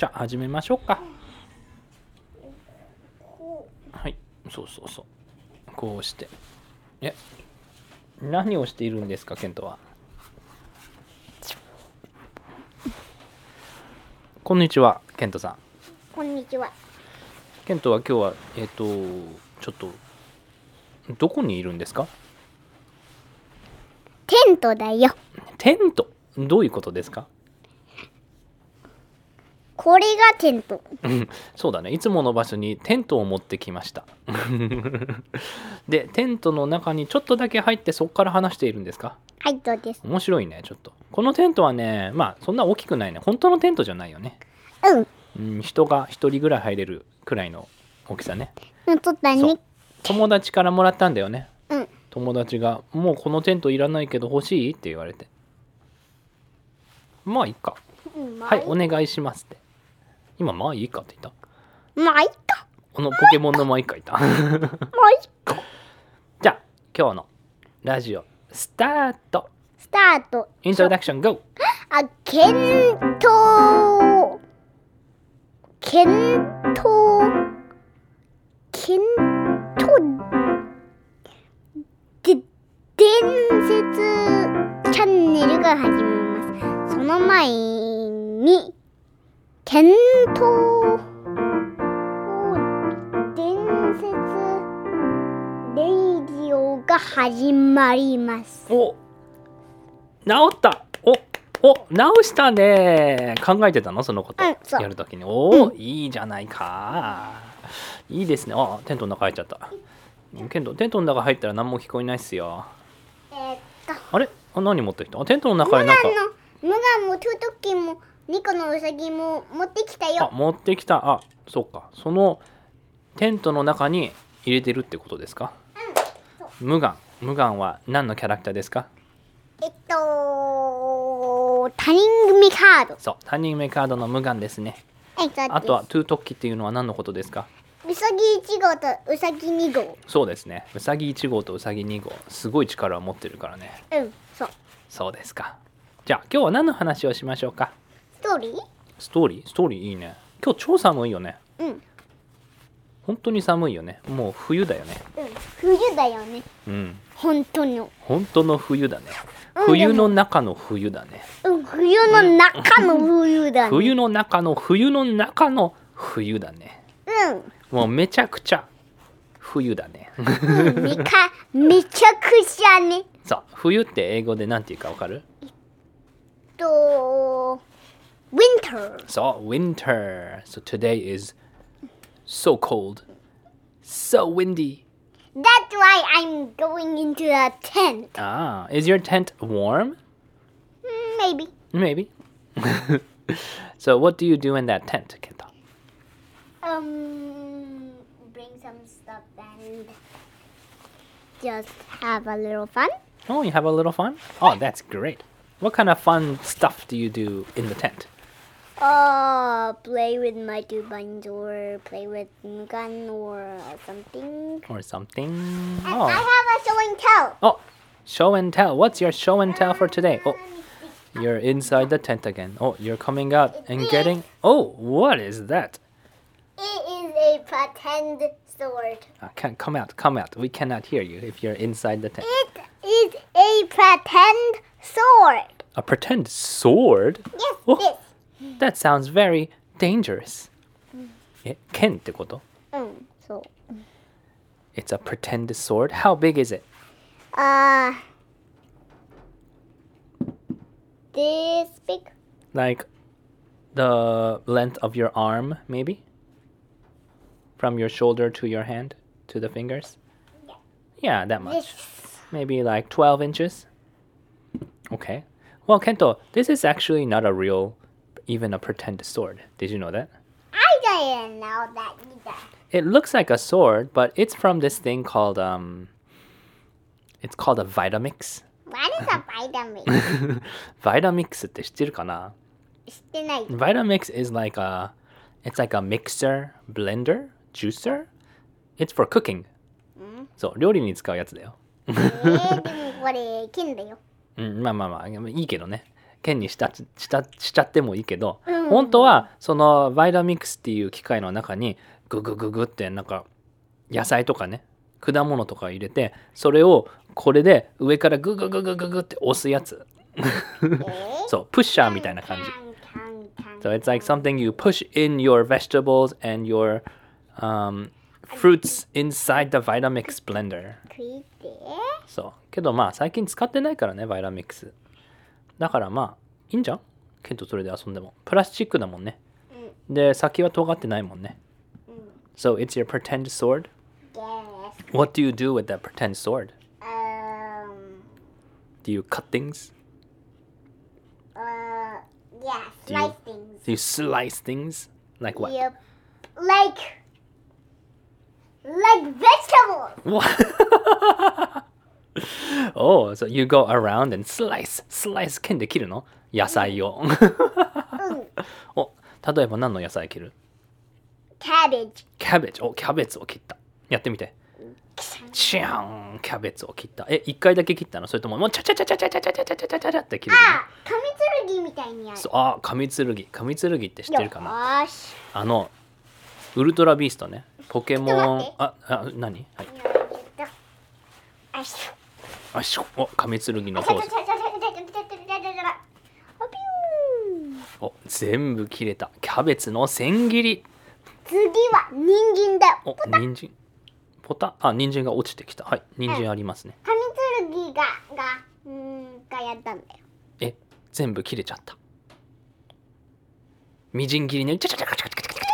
じゃあ始めましょうか。はい、そうそうそう。こうして。何をしているんですか、ケントは。こんにちは、ケントさん。 こんにちは。 ケントは今日はちょっとどこにいるんですか？ テントだよ。 テント、どういうことですか？ これがテント。 そうだね、いつもの場所にテントを持ってきましたで、テントの中にちょっとだけ入ってそこから話しているんですか？ はい、そうです。 面白いね。ちょっとこのテントはね、まあそんな大きくないね。本当のテントじゃないよね。人が一人ぐらい入れるくらいの大きさね。 そうだね。 友達からもらったんだよね。 うん。 友達がもうこのテントいらないけど欲しいって言われて、まあいいか、はい、お願いしますって。今まあいいかって言った。 まあいいか。 このポケモンのまあいいか言った。 まあいいか。 じゃあ今日のラジオスタート。 スタート。 イントロダクション GO。 ケントで伝説チャンネルが始まります。その前にケント伝説レイディオが始まります。 お、治った。お、直したね。考えてたのそのこと、 そうやるときに。お、いいじゃないか。いいですね。あ、テントの中入っちゃった。テントの中入ったら何も聞こえないっすよ。あれ、何持ってきた？テントの中になんかムガンもトゥトキもニコのウサギも持ってきたよ。 持ってきた。あ、そうか。そのテントの中に入れてるってことですか？ムガンは何のキャラクターですか？ 他人組カード。 そう、他人組カードのムガンですね。あとはトゥートッキっていうのは何のことですか？ ウサギ1号とウサギ2号。 そうですね。ウサギ1号とウサギ2号、すごい力を持ってるからね。そうですか。じゃあ今日は何の話をしましょうか？ ストーリーいいね。今日超寒いよね。本当に寒いよね。もう冬だよね。 冬だよね。本当の冬だね。冬の中の冬だね。 冬の中の冬だね。 冬の中の冬だね。もうめちゃくちゃ冬だね。 めちゃくちゃね。 そう、冬って英語でなんて言うかわかる？ winter。 そう、winter. So today is so cold, so windy. That's why I'm going into a tent. Is your tent warm? Maybe. So what do you do in that tent, Kenta? Bring some stuff and just have a little fun. Oh, you have a little fun? Oh, that's great. What kind of fun stuff do you do in the tent? Play with my two buns or play with Mugan or something. And I have a show and tell. Oh, show and tell. What's your show and tell for today? Oh, you're inside the tent again. Oh, you're coming out and getting... Oh, what is that? It is a pretend sword. Come out. We cannot hear you if you're inside the tent. It is a pretend sword. A pretend sword? Yes, Oh, that sounds very dangerous. 剣ってこと？ そう。 It's a pretend sword. How big is it? This big. Like the length of your arm, maybe? From your shoulder to your hand, to the fingers? Yeah, that much. Maybe like 12 inches? Okay. Well, Kento, this is actually not a real, even a pretend sword. Did you know that? I didn't know that either. It looks like a sword, but it's from this thing called, it's called a Vitamix. What is a Vitamix? Vitamix って知ってるかな？ 知ってない。 Vitamix is like it's like a mixer, blender, juicer. It's for cooking. そう、料理に使うやつだよ。 でもこれ剣だよ。 まあいいけどね。 剣にしちゃってもいいけど、本当はそのバイタミックスっていう機械の中にググググってなんか野菜とかね果物とか入れて、それをこれで上からググググググって押すやつそうプッシャーみたいな感じ。So it's like something you push in your vegetables and your fruits inside the Vitamix blender. そうけどまあ最近使ってないからねバイタミックスだからまあいいんじゃんケントそれで遊んでも。プラスチックだもんね、で先は尖ってないもんね、So it's your pretend sword? Yes. What do you do with that pretend sword? Do you cut things? Yeah, slice things. Do you slice things? Like what? Yep. Like vegetables. What? Oh, so you go around and slice 剣で切るの野菜をお、例えば何の野菜切る Cabbage. キャベツ。お、キャベツを切った。やってみて。チャーンキャベツを切った。一回だけ切ったのそれとももうチャチャチャチャチャチャチャチャチャチャチャチャチャって切るの紙剣みたいにやる。 そう紙剣。紙剣って知ってるかな。 よし。 ウルトラビーストね。ポケモン。 ちょっと何？はい。 あしょ。 あしょ。お、紙剣のポーズ。お、全部切れた。キャベツの千切り。 次は人参だよ。 お、人参。ポタ。人参が落ちてきた。はい、人参ありますね。 紙剣がやったんだよ。 全部切れちゃった。みじん切りね。チャチャチャチャチャチャチャチャ。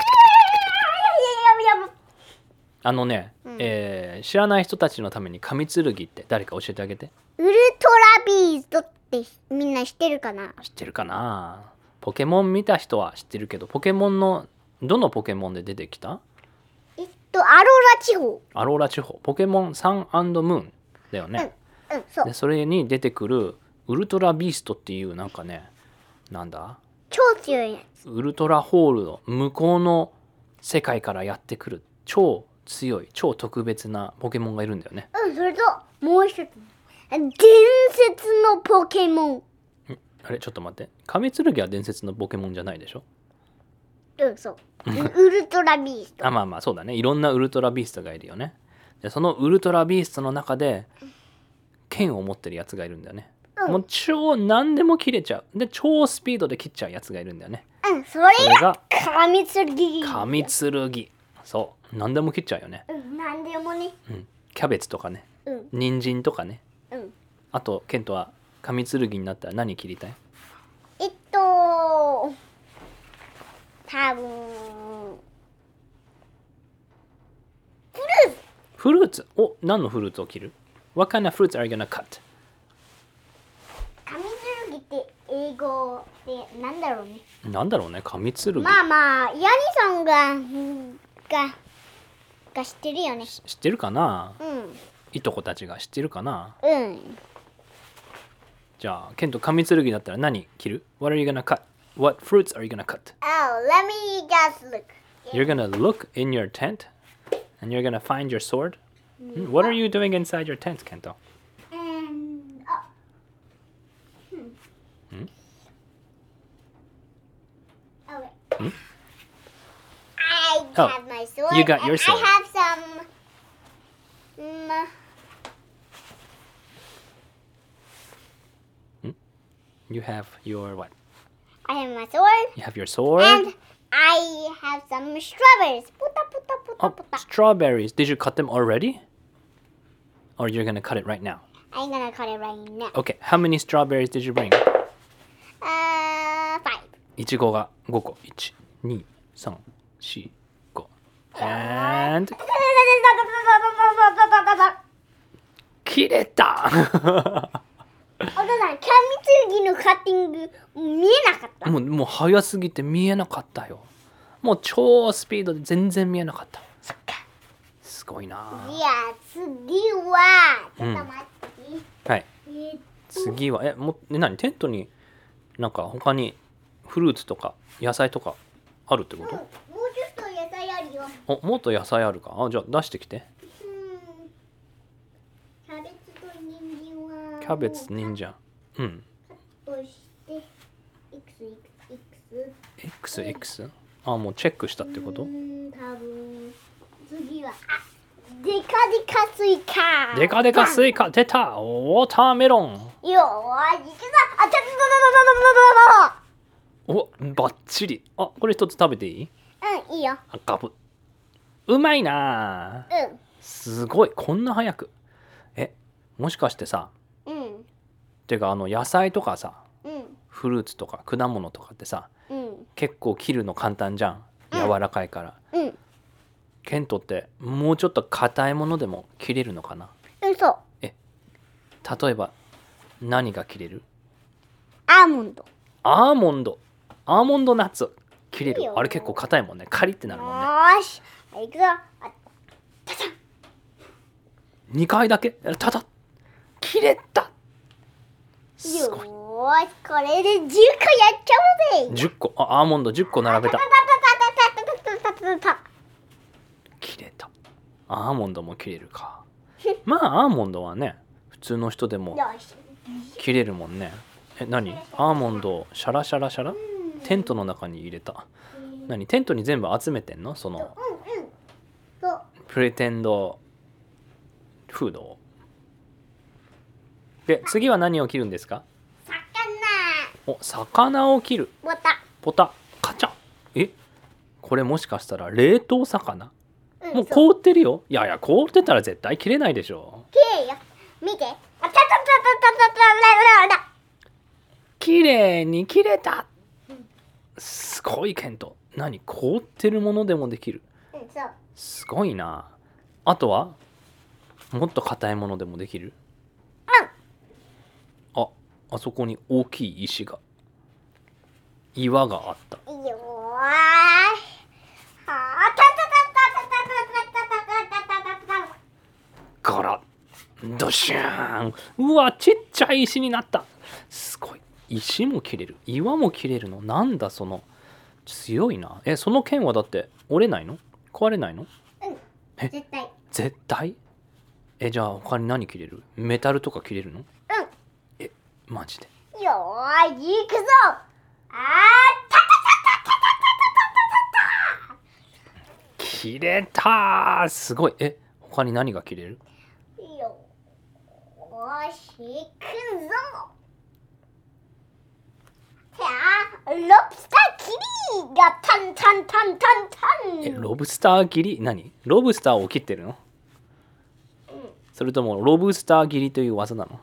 知らない人たちのために紙剣って誰か教えてあげて。 ウルトラビーストってみんな知ってるかな？ 知ってるかな。ポケモン見た人は知ってるけど、ポケモンのどのポケモンで出てきた？ アロラ地方。 アローラ地方。ポケモンサン&ムーンだよね。 そう。 でそれに出てくるウルトラビーストっていうなんかね、なんだ？ 超強いやつ。 ウルトラホールの向こうの世界からやってくる超強い超特別なポケモンがいるんだよね。 それともう一つ伝説のポケモン。 あれちょっと待って、紙剣は伝説のポケモンじゃないでしょ。 そうウルトラビースト。 まあそうだね。いろんなウルトラビーストがいるよね。でそのウルトラビーストの中で剣を持ってるやつがいるんだよね。もう超何でも切れちゃう。で超スピードで切っちゃうやつがいるんだよね。 それが紙剣。 紙剣。そう何でも切っちゃうよね。 何でもね。 キャベツとかね、人参とかね。あとケントは紙剣になったら何切りたい？ 多分フルーツ。お、何のフルーツを切る？ What kind of fruits are you gonna cut? 紙剣って英語でなんだろうね。 なんだろうね、紙剣。 まあヤニさんが知ってるよね。 知ってるかな？いとこたちが知ってるかな？じゃあケント紙剣だったら何切る？ What are you gonna cut? What fruits are you gonna cut? Oh, let me just look. You're gonna look in your tent and you're gonna find your sword? What are you doing inside your tent, Kento? I have my sword. You got your sword. I have some. You have your what? I have my sword. You have your sword? And I have some strawberries. Strawberries. Did you cut them already? Or you're gonna cut it right now? I'm gonna cut it right now. Okay, how many strawberries did you bring? 5. いちごが5個。1、2、3、4、5。And 切れたお父さん、紙剣のカッティング見えなかった。 もう早すぎて見えなかったよ。もう超スピードで全然見えなかった。 そっか。 すごいな。 いや、次はちょっと待って。 はい。次は何テントになんか他にフルーツとか野菜とかあるってこと？ もうちょっと野菜あるよ。 もっと野菜あるか。じゃあ出してきて。 キャベツと人参はキャベツ、人参。 カットして。 XX？ あ、もうチェックしたってこと？ 多分次はデカデカスイカ。 デカデカスイカ出た。ウォーターメロン。 よーい、いくぞ。あ、ちょっお、バッチリ。あ、これ一つ食べていい？ うん、いいよ。 あ、ガブ。うまいな。すごい、こんな早く。もしかしてさ、てか野菜とかさ、フルーツとか果物とかってさ、結構切るの簡単じゃん。柔らかいから。ケントってもうちょっと硬いものでも切れるのかな？ そう。 例えば何が切れる？ アーモンド。 アーモンドナッツ切れる。 いいよ。 あれ結構硬いもんね。カリってなるもんね。 よーし、いくぞ。 2回だけただ切れた。すごい。 よーし、これで10個やっちゃおうぜ。 10個。アーモンド10個並べた。切れた。アーモンドも切れるか。まあアーモンドはね、普通の人でも切れるもんね。何？アーモンドをシャラシャラシャラ？テントの中に入れた。何？テントに全部集めてんの？そのそうプレテンドフードを。で、次は何を切るんですか？魚を切る。ポタカチャ。これもしかしたら冷凍魚？もう凍ってるよ。いやいや、凍ってたら絶対切れないでしょ。 きれいよ。見て。 きれいに切れた。すごいケント。何？凍ってるものでもできる。 そう。 すごいな。あとはもっと硬いものでもできる？あそこに大きい石が、岩があった。 よーし。 ガラッドシューン。うわ、ちっちゃい石になった。すごい。石も切れる、岩も切れるの。なんだその強いな。その剣はだって折れないの？壊れないの？絶対？じゃあ他に何切れる？メタルとか切れるの？マジで。 よーい、行くぞ。 切れた。すごい。他に何が切れる？ よーし、行くぞ。ロブスター切りがタンタンタンタンタン。 ロブスター切り？何？ロブスターを切ってるの？それともロブスター切りという技なの？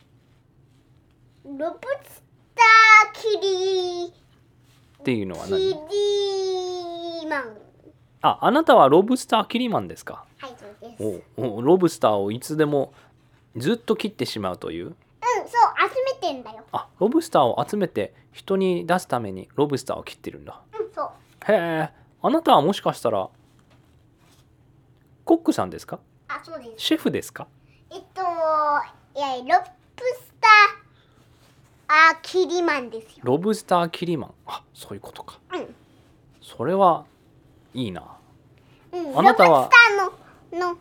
ロブスター切りっていうのは切何？ りマン。 あなたはロブスター切りマンですか？ はい、そうです。 ロブスターをいつでもずっと切ってしまうという？ そう、集めてんだよ。 ロブスターを集めて人に出すためにロブスターを切ってるんだ。 そう。 へえ。あなたはもしかしたらコックさんですか？ そうです。 シェフですか？ いや、ロブスター切りマンですよ。 ロブスター切りマン。そういうことか。それはいいな。あなたはロ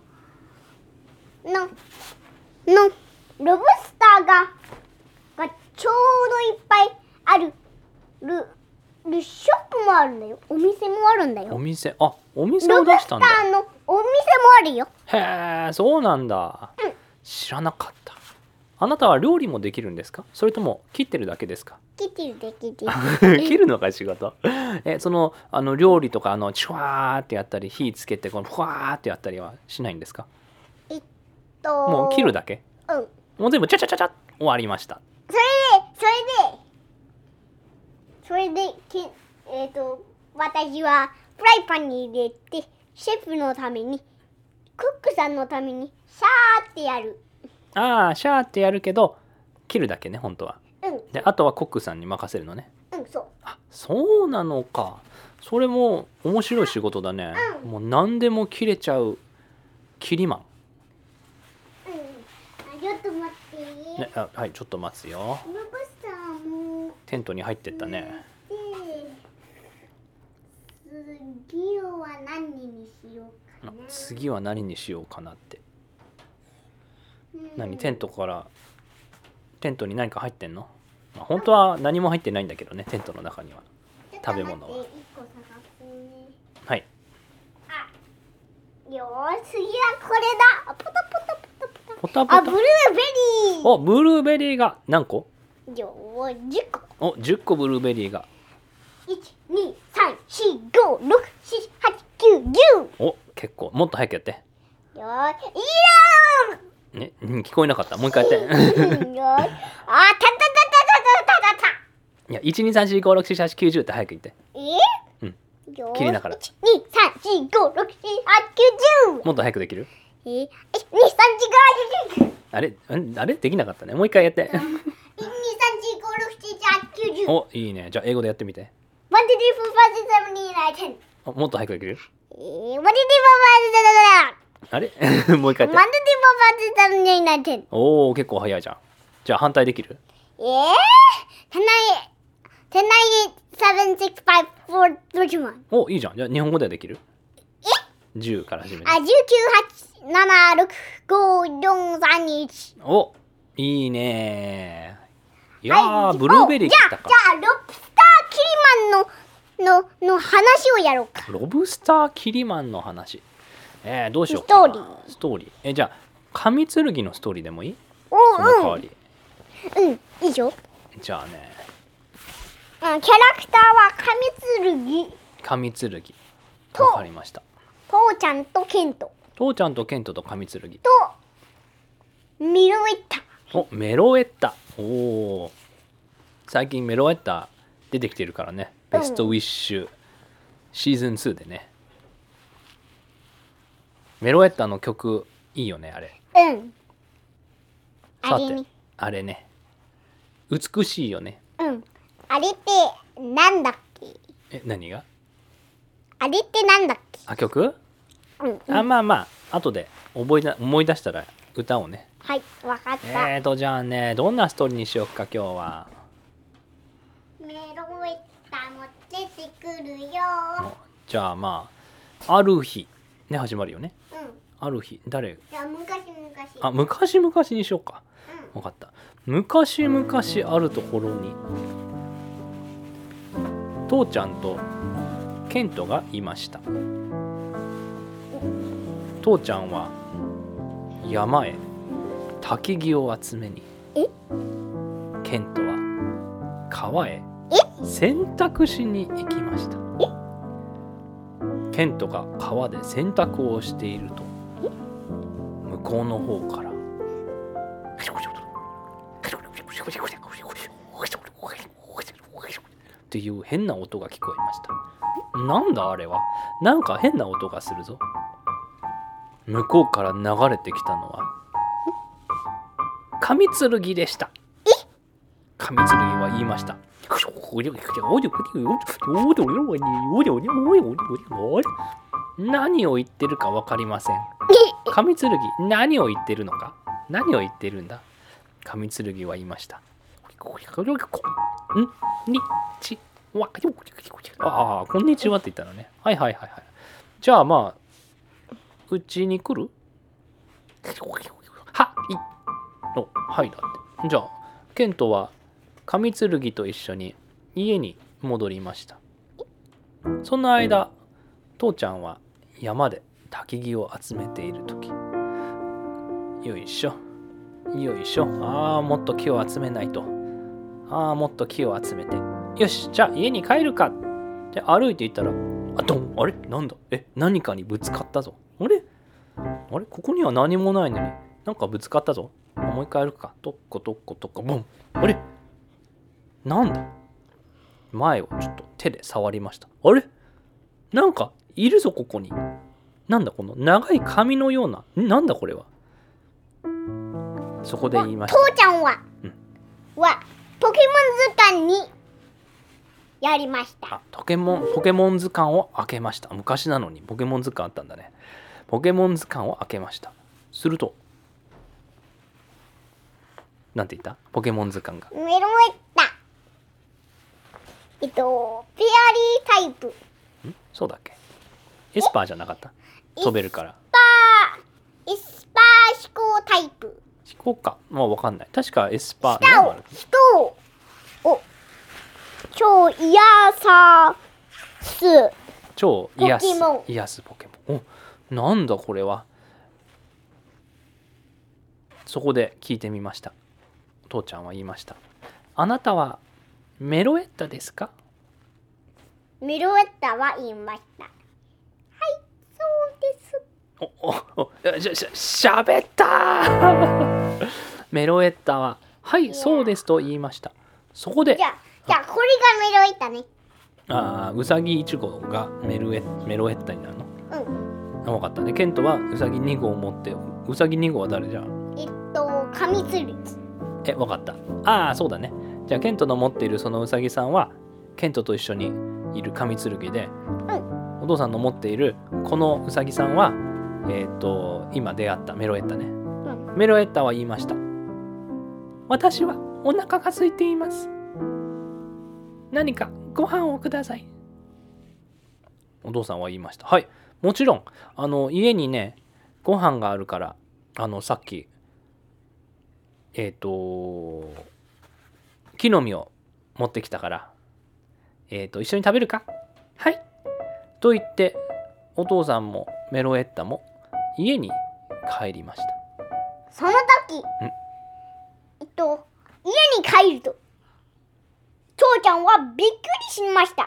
ブスターがちょうどいっぱいあるショップもあるんだよ。お店もあるんだよ。 お店を出したんだ。 ロブスターのお店もあるよ。 へえ、そうなんだ。知らなかった。あなたは料理もできるんですか？それとも切ってるだけですか？ 切ってる。 切るのが仕事？その料理とかチュワーってやったり火つけてこのふわーってやったりはしないんですか？もう切るだけ？もう全部チャチャチャチャ終わりました。 それで私はフライパンに入れてシェフのためにクックさんのためにシャーってやる。 シャーってやるけど切るだけね、本当は。であとはコックさんに任せるのね。 そう。 そうなのか。それも面白い仕事だね。もう何でも切れちゃう切りマン。 ちょっと待って。 はい、ちょっと待つよ。 ロブスターもテントに入ってったね。 次は何にしようかな。 次は何にしようかなって。テントに何か入ってんの？本当は何も入ってないんだけどね、テントの中には。 テ食べ物は。 一個探すね。 はい。 よー次はこれだ。ポタポタポタポタ。 ポタポタ。 ブルーベリー。 お、ブルーベリーが何個？ よー10個。 お、10個ブルーベリーが。 1、2、3、4、5、6、7、8、9、10。 お、結構。もっと早くやって。 よーいやー。 ね、聞こえなかった。もう一回やって。 よーい。たたたたたたたたた。 いや、1、2、3、4、5、6、7、8、9、10って早く言って。うん。切りながら。 1、2、3、4、5、6、7、8、9、10。 もっと早くできる？ 1、2、3、4、5、6、7、 あれあれできなかったね。もう一回やって。 1、2、3、4、5、6、7、8、9、10。 お、いいね。じゃあ英語でやってみて。 1、2、3、4、5、6、7、8、9、10。 お、もっと早くできる？ 1、2、3、4、5、6、7、8、9、10。 あれもう一回やって。 1、2、3、4、5、6、7、8、9、10。 おー、結構早いじゃん。じゃあ反対できる？ Can I 7, 6, 5, 4, 3, 1? お、いいじゃん。じゃあ日本語ではできる？10から始める。 あ、19、8、7、6、5、4、3、2、1。 お、いいねー。いやー、ブルーベリーじゃあ、 切ったか。 ロブスターキリマンの話をやろうか。 ロブスターキリマンの話。どうしようかな。ストーリー。じゃあ、紙剣のストーリーでもいい？その代わり。 いいよ。 じゃあね。 キャラクターは紙剣。わかりました。 父ちゃんとケント。 父ちゃんとケントと紙剣。 と、ミロエッタ。 お、メロエッタ。おー。最近メロエッタ出てきてるからね。ベストウィッシュシーズン2でね。メロエッタの曲いいよね、あれ。さて、あれね。美しいよね。 あれってなんだっけ？ 何が？ あれってなんだっけ？ 曲？まあ後で思い出したら歌をね。 はい、わかった。 じゃあね、どんなストーリーにしようか今日は。 メロエッタも出てくるよ。 じゃあある日ね、始まるよね。ある日、誰？ じゃあ昔々にしようか。わかった。昔々あるところに父ちゃんとケントがいました。父ちゃんは山へ焚き木を集めに、ケントは川へ洗濯しに行きました。ケントが川で洗濯をしていると、向こうの方からっていう変な音が聞こえました。なんだあれは。なんか変な音がするぞ。向こうから流れてきたのは紙剣でした。紙剣は言いました。何を言ってるか分かりません。紙剣、何を言ってるのか。何を言ってるんだ。紙剣は言いました。こんにちはって言ったのね。はい。じゃあうちに来る？はいだって。じゃあケントは紙剣と一緒に家に戻りました。その間、父ちゃんは山で焚き木を集めている時、よいしょ。もっと木を集めないと。もっと木を集めて。よし、じゃあ家に帰るかって歩いていったら、あれなんだ？何かにぶつかったぞ。あれここには何もないのに、なんかぶつかったぞ。もう一回歩くか。トッコトッコトッコボン。あれなんだ？前をちょっと手で触りました。あれなんかいるぞここに。なんだこの長い髪のような。なんだこれは。そこで言いました。 父ちゃんはポケモン図鑑にやりました。 ポケモン図鑑を開けました。昔なのにポケモン図鑑あったんだね。ポケモン図鑑を開けました。すると、なんて言った？ポケモン図鑑が。 メロエッタ。ペアリータイプ。 そうだっけ？エスパーじゃなかった？飛べるから。 エスパー飛行タイプ。 飛行か。わかんない。確かエスパー。 超癒さす超癒すポケモン癒すポケモン。お、なんだこれは。そこで聞いてみました。父ちゃんは言いました。あなたはメロエッタですか？ メロエッタは言いました。はい、そうです。 しゃべったーメロエッタははいそうですと言いました。そこでじゃあこれがメロエッタね。 ウサギ1号がメロエッタになるの？分かったね。ケントはウサギ2号を持って、ウサギ2号は誰じゃん？ カミツルギ。 分かった。そうだね。じゃあケントの持っているそのウサギさんはケントと一緒にいるカミツルギで、お父さんの持っているこのウサギさんは今出会ったメロエッタね。メロエッタは言いました。私はお腹が空いています。何かご飯をください。お父さんは言いました。はい、もちろん家にねご飯があるから、さっき木の実を持ってきたから、一緒に食べるか？はいと言ってお父さんもメロエッタも家に帰りました。 その時家に帰ると父ちゃんはびっくりしました。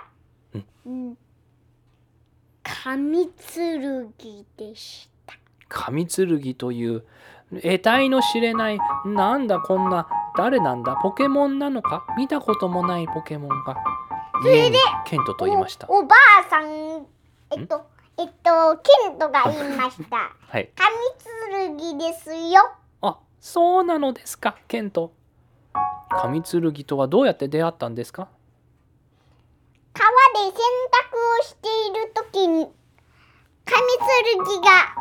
カミツルギでした。 カミツルギという得体の知れない、なんだこんな、誰なんだ、ポケモンなのか、見たこともないポケモンが家にケントと言いました。 おばあさんケントが言いました。 はい、 カミツルギですよ。 そうなのですか。ケント、カミツルギとはどうやって出会ったんですか？ 川で洗濯をしているときにカミツルギが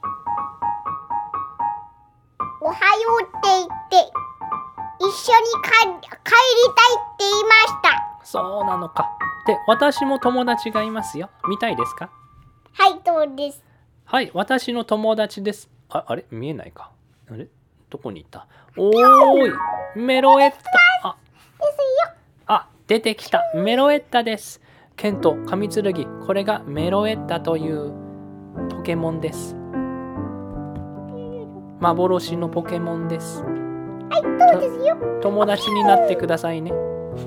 おはようって言って一緒に帰りたいって言いました。 そうなのか。で、私も友達がいますよ。見たいですか？ はい、そうです。 はい、私の友達です。あれ見えないか。あれどこに行った？おーい、メロエッタ。 ですよ。 出てきた。メロエッタです。ケント、カミツルギ、これがメロエッタというポケモンです。幻のポケモンです。 はい、そうですよ。 友達になってくださいね。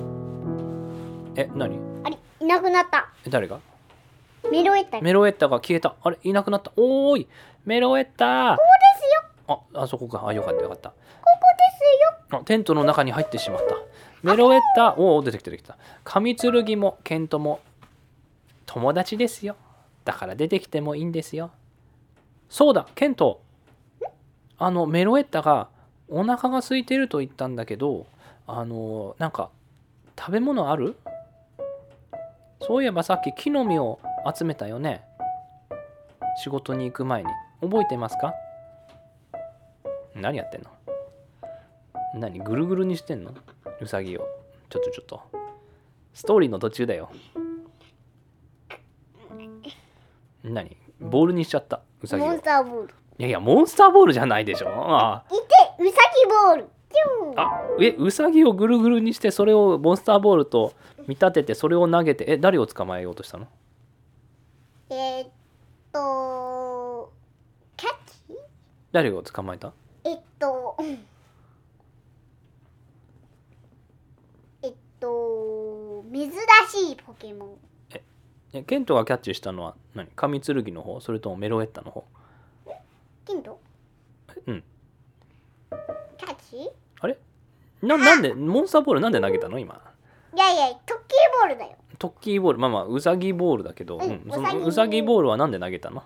何？ あれ、いなくなった。 誰が？ メロエッタ。 メロエッタが消えた。あれ、いなくなった。おーい、メロエッタ。 ここですよ。 あそこか。よかったよかった。 ここですよ。 テントの中に入ってしまった。メロエッタ、出てきた。カミツルギもケントも友達ですよ。だから出てきてもいいんですよ。そうだ、ケント。メロエッタがお腹が空いてると言ったんだけど、なんか食べ物ある？そういえばさっき木の実を集めたよね。仕事に行く前に。覚えてますか？何やってんの？何ぐるぐるにしてんの？ウサギを。ちょっと。ストーリーの途中だよ。何？ボールにしちゃった。ウサギを。 モンスターボール。 いや、モンスターボールじゃないでしょ。 ウサギボール。 ウサギをぐるぐるにして、それをモンスターボールと見立てて、それを投げて、誰を捕まえようとしたの？ キャッチ？ 誰を捕まえた？ 珍しいポケモン。 ケントがキャッチしたのは何？カミツルギの方？それともメロエッタの方？ ケント？ うん。 キャッチ？ あれ？なんでモンスターボールなんで投げたの今？ いや、トッキーボールだよ。 トッキーボール、ウサギボールだけど、そのウサギボールはなんで投げたの？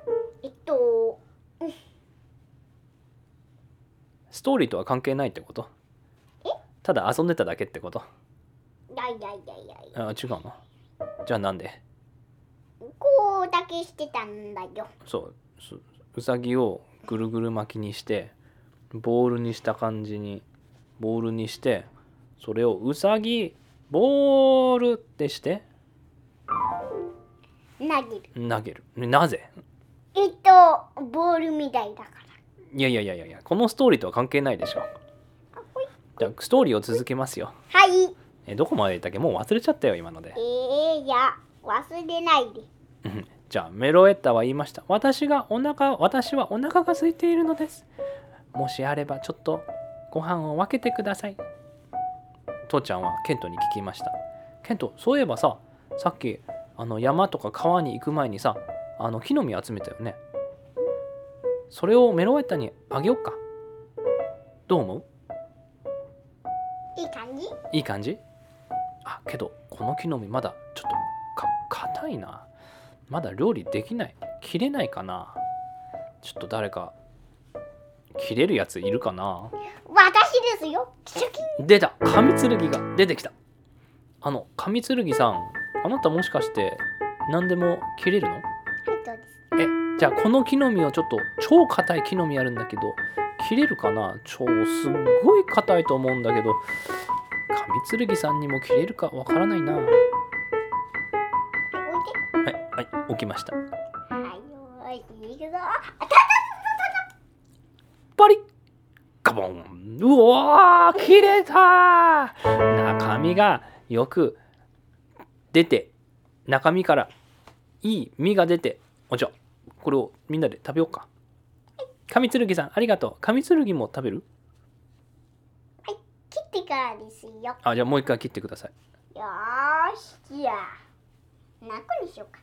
ストーリーとは関係ないってこと？ただ遊んでただけってこと？ いや。 違うの？じゃあなんで？ こうだけしてたんだよ。 ウサギをぐるぐる巻きにしてボールにした感じにボールにして、それをウサギボールってして投げる。なぜ？ ボールみたいだから。 いや、このストーリーとは関係ないでしょ。じゃあストーリーを続けますよ。 はい。 どこまで言ったっけ？もう忘れちゃったよ今ので。 いや、忘れないで。 じゃあメロエッタは言いました。私はお腹が空いているのです。もしあればちょっとご飯を分けてください。父ちゃんはケントに聞きました。ケント、そういえばさ、さっき山とか川に行く前にさ、木の実集めたよね。それをメロエッタにあげよっか。どう思う？ いい感じ？ いい感じ？けどこの木の実まだちょっと硬いな。まだ料理できない。切れないかな。ちょっと誰か切れるやついるかな。 私ですよ。 出た、紙剣が出てきた。紙剣さん、あなたもしかして何でも切れるの？ はい、そうです。 じゃあこの木の実をちょっと超硬い木の実あるんだけど切れるかな。すっごい硬いと思うんだけど紙剣さんにも切れるかわからないな。はい、置きました。 はい、よーし、いくぞ。 パリッカボン。うわー、切れた。中身がよく出て、中身からいい実が出て、じゃあこれをみんなで食べようか。紙剣さんありがとう。紙剣も食べる？ はい、切ってからですよ。 じゃあもう一回切ってください。 よーし、じゃあ何個にしようか。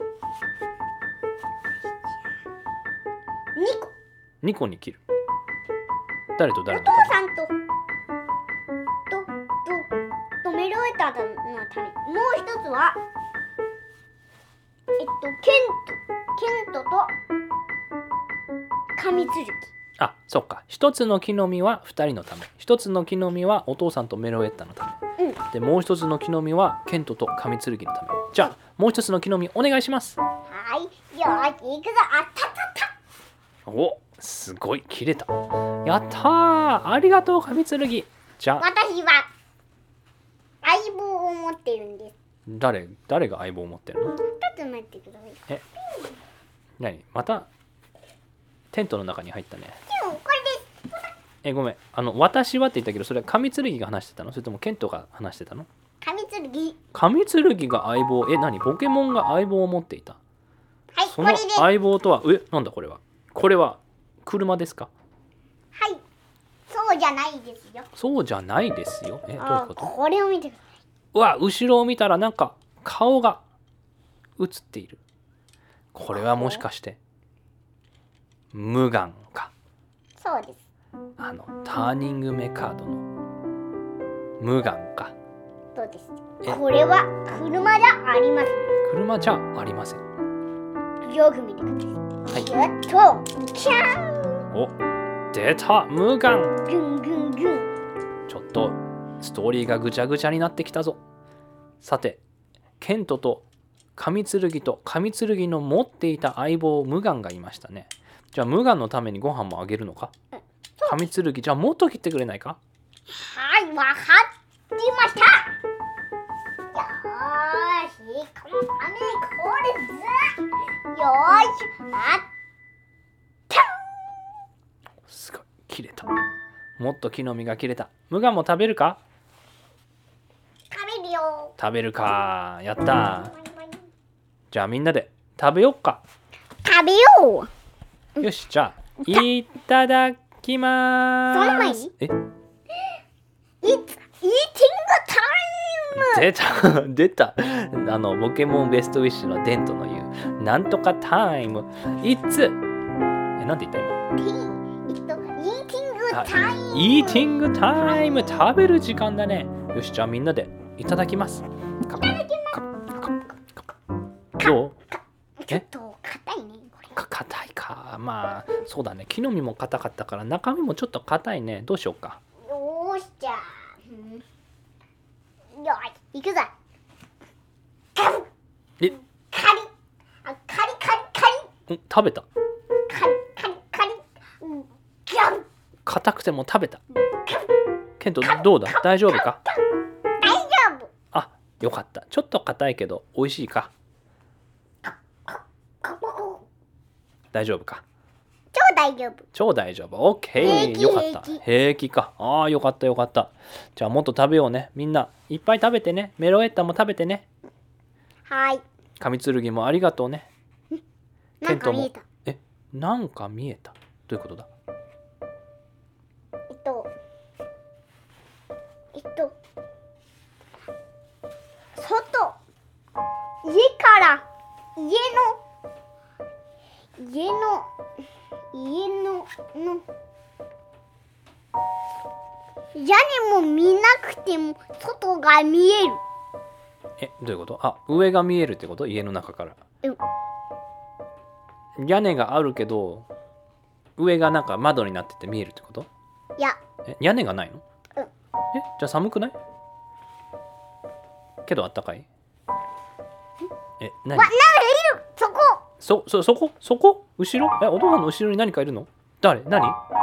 2個に切る。誰と誰おのため？ 父さんとメロエタのため。もう一つはケントと紙剣。 そっか。一つの木の実は2人のため。一つの木の実はお父さんとメロエッタのため。で、もう一つの木の実はケントと紙剣のため。じゃあ、もう一つの木の実お願いします。 はい、よーし、いくぞ。 お、すごい切れた。やったー、ありがとう紙剣。じゃあ私は相棒を持ってるんです。 誰が相棒を持ってるの？ ちょっと待ってください。 何？またテントの中に入ったね。 でもこれです。 ごめん、私はって言ったけど、それは紙剣が話してたの？それともケントが話してたの？ 紙剣。 紙剣が相棒。何？ポケモンが相棒を持っていた。 はい、 そのこれです。 相棒とはなんだこれは？これは車ですか？ はい、そうじゃないですよ。 そうじゃないですよ。どういうこと？ これを見てください。 後ろを見たらなんか顔が映っている。これはもしかしてムガンか？ そうです。 ターニングメカードのムガンか？ そうです。これは車じゃありません。 車じゃありません。 よく見てください。 はい。 キャーン。 お、出たムガン。 グングングン。 ちょっとストーリーがぐちゃぐちゃになってきたぞ。さて、ケントと紙剣と紙剣の持っていた相棒ムガンがいましたね。じゃあムガンのためにご飯もあげるのか？紙剣、じゃあもっと切ってくれないか？ はい、わかりました。よーし、これよーし、 すごい切れた。もっと木の実が切れた。ムガンも食べるか？ 食べるよ。 食べるか。やった。じゃあみんなで食べよっか。 食べよう。 よし、じゃあいただきまその前ーす。 It's eating time! 出たポケモンベストウィッシュのデントの言うなんとかタイム。いつなんて言った今？イーティングタイム。食べる時間だね。よし、じゃあみんなでいただきます。どう？ ちょっと硬いね、これ。 硬いか。まあそうだね。木の実も硬かったから中身もちょっと硬いね。どうしようか。 よーし、じゃあ、よーし、いくぞ。カリカリ食べた。 カリギャン。 硬くても食べた。ケントどうだ？大丈夫か？ 大丈夫。 よかった。ちょっと硬いけど美味しいか？大丈夫か？ ちょっ大丈夫。 超大丈夫。オッケー。 平気よかった。平気か。ああ、よかったよかった。じゃあもっと食べようね。みんないっぱい食べてね。メロエッタも食べてね。 はい。 紙剣もありがとうね。 なんか見えた。 なんか見えた。どういうことだ？ 外、家から屋根も見なくても外が見える。 どういうこと？あ、上が見えるってこと？家の中から。屋根があるけど上がなんか窓になってて見えるってこと？ いや。 屋根がないの？じゃあ寒くない？けどあったかい？何？ なんかいる。そこ後ろ？お父さんの後ろに何かいるの？誰？何？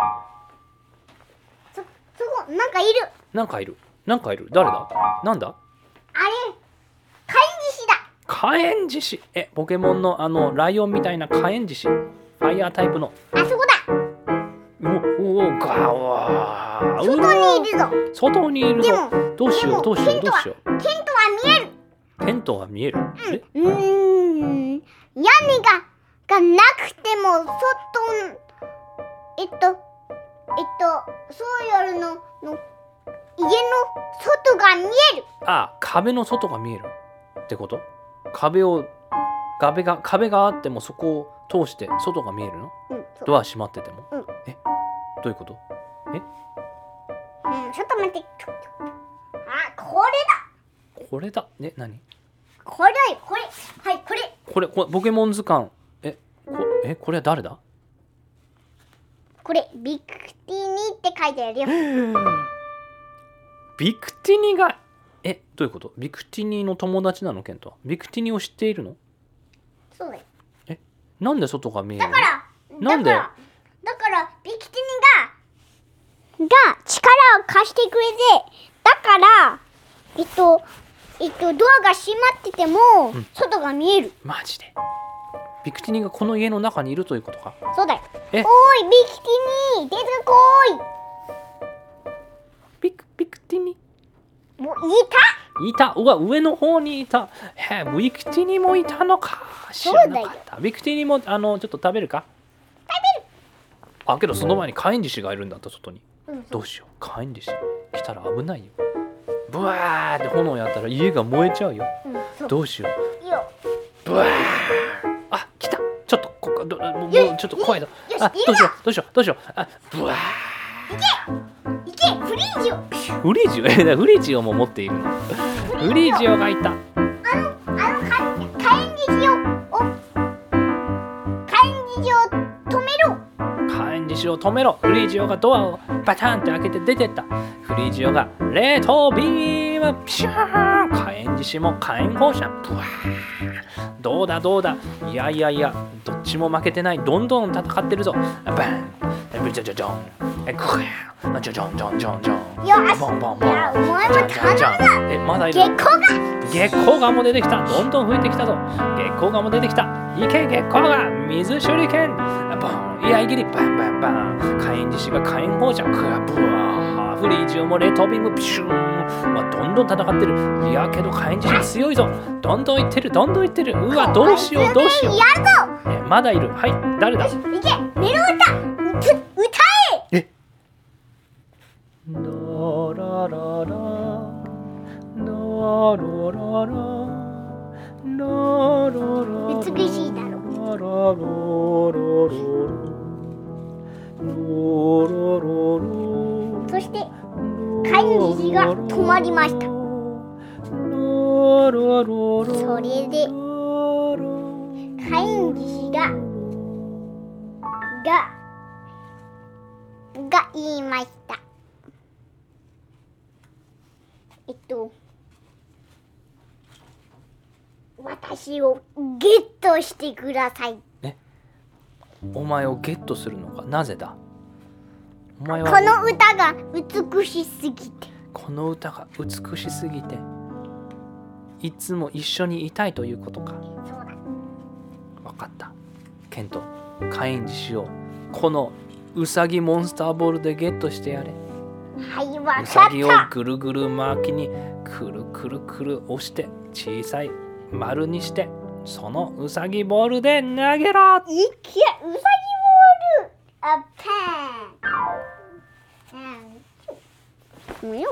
そこなんかいる。 なんかいる。誰だ？なんだ？ あれ、火炎獅子だ。 火炎獅子。ポケモンのライオンみたいな火炎獅子。ファイヤータイプの。 あそこだ。 ガワー。 外にいるぞ。 でもどうしよう。 ケントは見える。 テントが見える。 屋根がなくてもそういうの家の外が見える。 あ、壁の外が見えるってこと？壁があってもそこを通して外が見えるの？ドア閉まってても。どういうこと？ ちょっと待って。 これだ。何？ これ。はい、これ。 これポケモン図鑑。これは誰だ？ これビクティニって書いてあるよ。 ビクティニがどういうこと？ビクティニの友達なの？ケントはビクティニを知っているの？ そうだよ。 なんで外が見えるの？ だからビクティニが力を貸してくれて、だからドアが閉まってても外が見える。 マジで？ビクティニがこの家の中にいるということか？ そうだよ。おいビクティニ出てこい。 ビクティニもういた。上の方にいた。ビクティニもいたのか。知らなかった。ビクティニもちょっと食べるか？けどその前に火炎獅子がいるんだった外に。どうしよう。火炎獅子来たら危ないよ。ブワーって炎やったら家が燃えちゃうよ。どうしよう。ブワー。来た。ちょっともうちょっと怖いぞ。どうしよう。ブワー。 いけフリージオ。 フリージオも持っているの。フリージオがいた。 火炎獅子を止めろ。 フリージオがドアをバタンって開けて出てった。フリージオが冷凍ビームピシューン。火炎獅子も火炎放射ブワー。どうだいやどっちも負けてない。どんどん戦ってるぞ。バンジョジョジョンジョジョンボンボンボン。 お前も頼む。 まだいる。月光ガも出てきた。どんどん増えてきたぞ。月光ガも出てきた。いけ月光ガ。水手裏剣ボン。いやいきりバン火炎獅子が火炎放射ブワー。フリージオも冷凍ビームピシューン。どんどん戦ってる。いやけど火炎獅子強いぞ。どんどんいってる。どうしよう。 やるぞ。 まだいる。はい、誰だ？ いけメロ歌え。 ララララ美しいだろ。そして火炎獅子が止まりました。それで火炎獅子が言いました。私をゲットしてください。 お前をゲットするのか？なぜだ？お前はこの歌が美しすぎて。 いつも一緒にいたいということか。 そうだ。 分かった。ケント、火炎獅子をこのウサギモンスターボールでゲットしてやれ。 はい、わかウサギをった。 ぐるぐる巻きにくるくるくる押して小さい丸にして、そのウサギボールで投げろ。 いけ、ウサギボール。あ、パン。うん。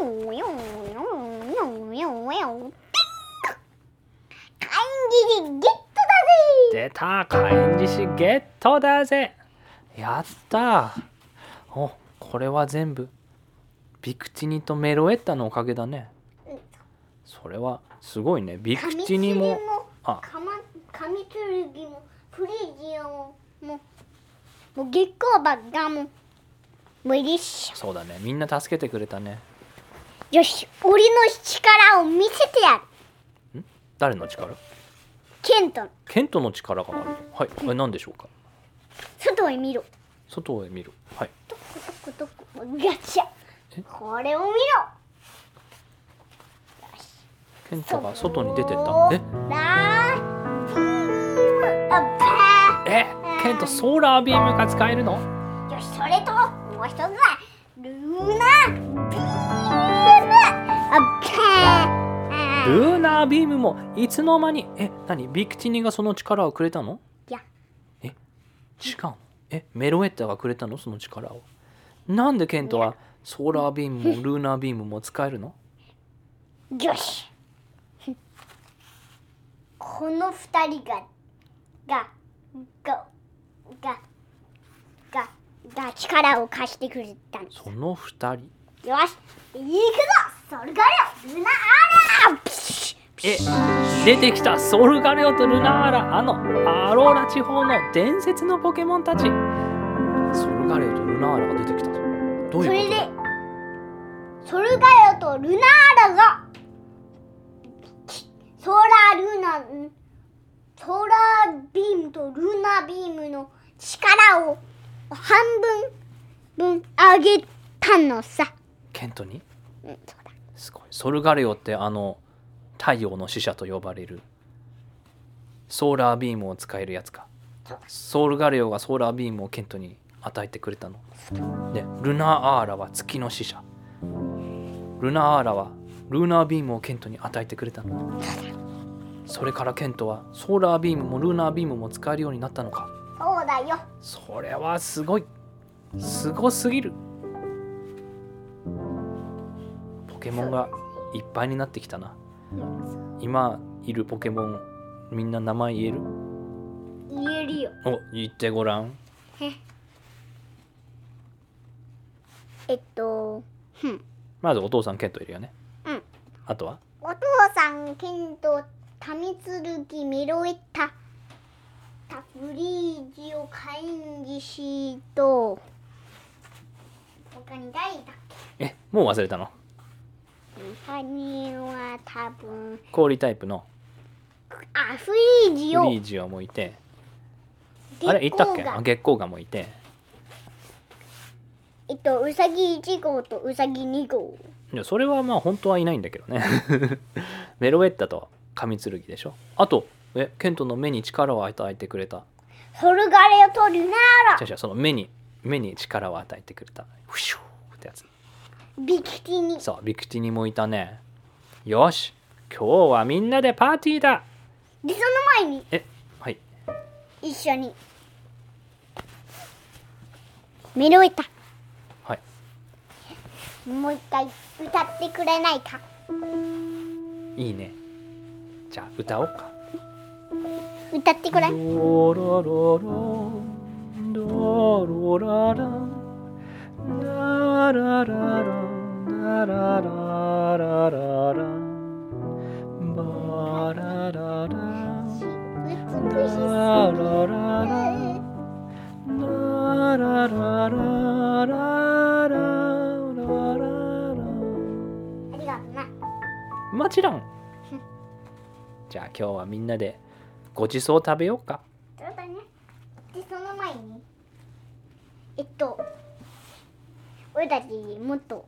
火炎ギリゲットだぜ。 出た、火炎獅子ゲットだぜ。やったー。お、これは全部ビクティニとメロエッタのおかげだね。それはすごいね。ビクティニもカミツルギもフリージアももう月光バッガももういいっしそうだね、みんな助けてくれたね。 ょ。よし、俺の力を見せてやる。 誰の力？ ケント、 ケントの力がある。はい、これ何でしょうか？ 外へ見ろ。 外へ見る。はい。 どこどこどこガチャ。これを見ろ。 ケントが外に出てった。 ラービームアッパケントソーラービームが使えるの？ ー。よし、それともう一つはルーナビームアッパー。 ルーナービームもいつの間に？何？ビクティニがその力をくれたの？ いや、 違うの？メロエッタがくれたのその力を？なんでケントはソーラービームもルーナービームも使えるの？ よし。この二人が力を貸してくれたんです。 その二人？ よし、行くぞ。ソルガレオルナアーラ。 出てきたソルガレオとルナーラ、アローラ地方の伝説のポケモンたち。ソルガレオとルナーラが出てきたぞ。どういうことだ？ それでソルガレオとルナーラがソーラービームとルーナービームの力を半分上げたのさ。 ケントに？ そうだ。 すごい。ソルガレオって太陽の使者と呼ばれるソーラービームを使えるやつか。ソルガレオがソーラービームをケントに与えてくれたので、ルナアーラは月の使者。ルナアーラはルーナービームをケントに与えてくれたの。それからケントはソーラービームもルーナービームも使えるようになったのか。 そうだよ。 それはすごい。すごすぎる。ポケモンがいっぱいになってきたな。今いるポケモンみんな名前言える？ 言えるよ。 言ってごらん。まずお父さんケントいるよね。あとはお父さんケント、タミツルギ、メロエッタ、フリージオ、カインギシと他に誰だっけ？ もう忘れたの？ 他には多分氷タイプのフリージオ、 フリージオもいて、あれ言ったっけ？月光河もいて、 ウサギ1号とウサギ2号。 いやそれはまあ本当はいないんだけどね。メロエッタとカミツルギでしょ。あとケントの目に力を与えてくれたソルガレオとルナーラ。 その目に力を与えてくれたフシューってやつ。 ビクティニ。 そう、ビクティニもいたね。よし、今日はみんなでパーティーだ。 でその前にはい、 一緒にメロエッタ、 はい、 もう一回歌ってくれないか？ いいね。じゃあ歌おうか。 歌ってくれ。 ドロロロドロラララララララララララバラララ美しすラララララララララララありがとうな。 もちろん。じゃあ今日はみんなでごちそう食べようか。 そうだね。でその前に俺たちもっと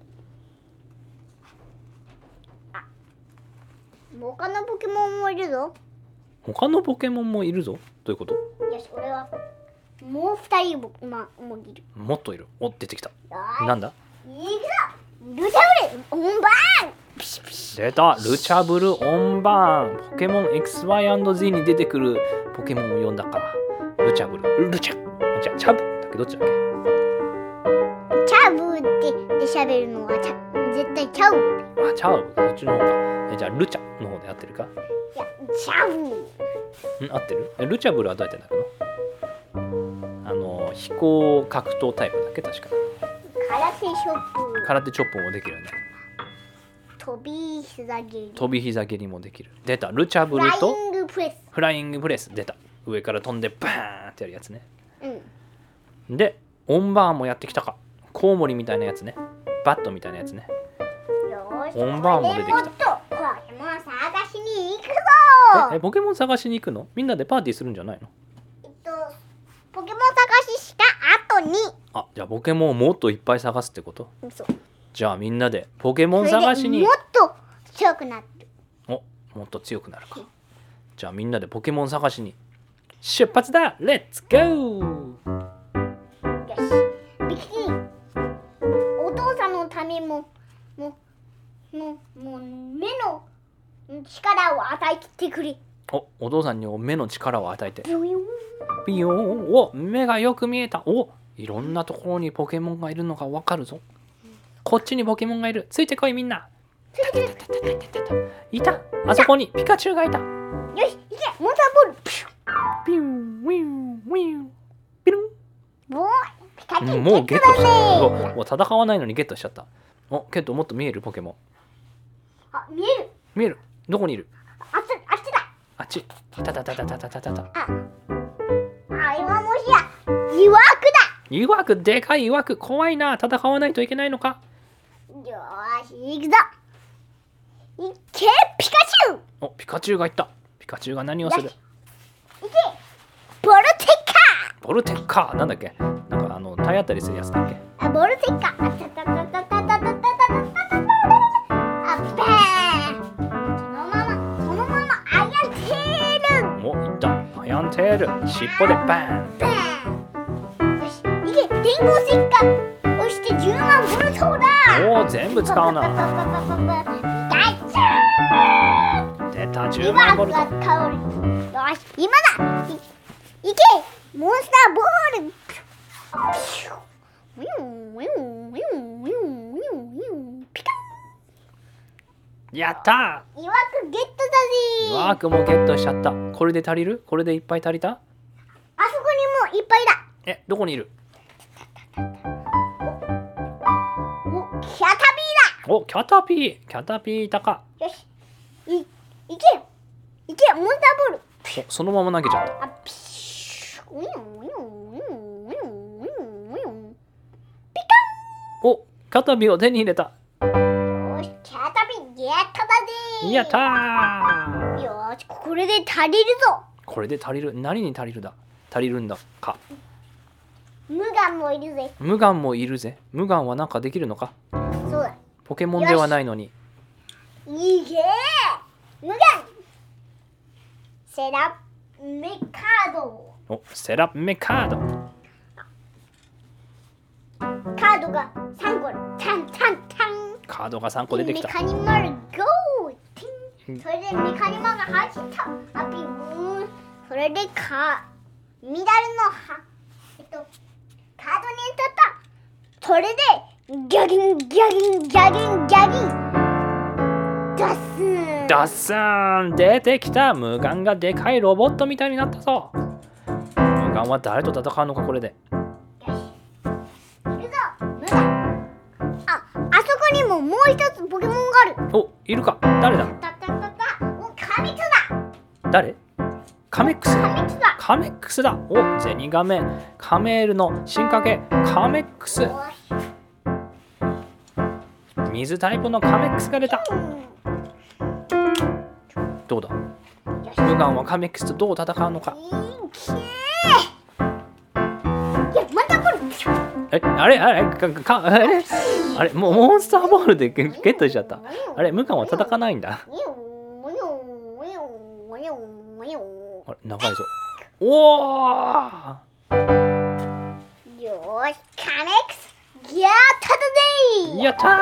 他のポケモンもいるぞ。 他のポケモンもいるぞ。どういうこと？ よし、俺はもう2人もいる。 もっといる。お、出てきた。 よーしなんだ？ いくぞルチャブル本番ピシピシ。 出た。ルチャブルオンバーン。ポケモン XY&Z に出てくるポケモンを呼んだか。ルチャブル。ルチャ。じゃあチャブだっけ、どっちだっけ？ チャブってで喋るのは絶対チャブ。 あ、チャウ。そっちの方か。じゃあルチャの方で合ってるか？ いや、チャブ。 合ってる？ルチャブルはどうやってんだっけの？飛行格闘タイプだっけ確か。 空手ショップ。 空手チョップもできるよね。 飛び膝蹴り。 飛び膝蹴りもできる。出た。ルチャブルとフライングプレス。 フライングプレス。出た。上から飛んでバーンってやるやつね。 うん。 で、オンバーンもやってきたか。コウモリみたいなやつね。バットみたいなやつね。 よーし。 オンバーンも出てきた。 これでもっとポケモン探しに行くぞ。 ポケモン探しに行くの？みんなでパーティーするんじゃないの？ ポケモン探しした後に。 あ、じゃあポケモンをもっといっぱい探すってこと？ そう。 じゃあみんなでポケモン探しに。 もっと強くなる。 もっと強くなるか。じゃあみんなでポケモン探しに出発だ。レッツゴー。 よし。ビキニ。お父さんのためも目の力を与えてくれ。 お父さんに目の力を与えて。 ビヨヨンピヨーン。お、目がよく見えた。お、いろんなところにポケモンがいるのがわかるぞ。こっちにポケモンがいる。ついてこいみんな。いた。あそこにピカチュウがいた。 よし、いけモンスターボール。 ピュンウィンウィンピルン。 ボーイピカチュウもうゲットした。 ね。 もう戦わないのにゲットしちゃった。ケットもっと見えるポケモン。 あ、見える。 見える。どこにいる？ あっちだ。 あっち。たたたたたたたたた。 あ、今もしや岩枠いわく、でかいいわく。怖いな。戦わないといけないのか。 だ。よーし、行くぞ。いけピカチュウ。 お、ピカチュウがいった。ピカチュウが何をする？ いけボルテッカボルテッカー。なんだっけ？なんか体当たりするやつだっけ？ ー。ボルテッカー。あたたたたたたたたたたたあ、バーン。そのままアイアンテール。 お、いった。アイアンテール。尻尾でバーン。 バーン。よし、いけ電光石火。そして10万ボルトだ。 おお、全部使うな。 大チ出た。10 ャー万ボルト。 が香る。よし、今だ。いけモンスターボール。ウィンウィンウィンウィンウィンウィンピカやったン。いわくゲットだー。 ぜ。 ワークもゲットしちゃった。これで足りる？これでいっぱい足りた？ あそこにもいっぱいだ。 どこにいる？ お、キャタピお、キャタピー。キャタピーいたか。 ーだ。よし、いけモンスターボール。 お、そのまま投げちゃった。 あ、ピシュウィンウィンウィンウィンウィンウィンピお、キャタピーを手に入れた。 カン。よし、キャタピーゲットだぜ。 やったー。 よーし、これで足りるぞ。 これで足りる。何に足りるんだか。 無眼もいるぜ。 無眼もいるぜ。無眼はなんかできるのか？ そうだ。 ポケモンではないのに。 いけ無眼セラメカード。 お、セラメカード。 カードが3個タンタンタン。 カードが3個出てきた。 メカニマルゴーティン。それでメカニマが走ったアピーン。それでミダルのカードに当たった。それでギャギンギャギンギャギンギャギンダスーン。 ダッサーン。出てきた。無眼がでかいロボットみたいになったぞ。無眼は誰と戦うのかこれで。 よし行くぞ無眼。あそこにももう一つポケモンがある。 お、いるか。誰だ？ たたたたおカメツだ。 誰？カメックス。 カメツだ。 カメックスだ。お、ゼニガメカメールの進化系カメックス。 よし水タイプのカメックスが出た。どうだ？無眼はカメックスとどう戦うのか。 いけいやまたこれあれあれもうモンスターボールでゲットしちゃった。あれ無眼は叩かないんだ。あれ長いぞ。おお。 ーし、カネックスやったぜやった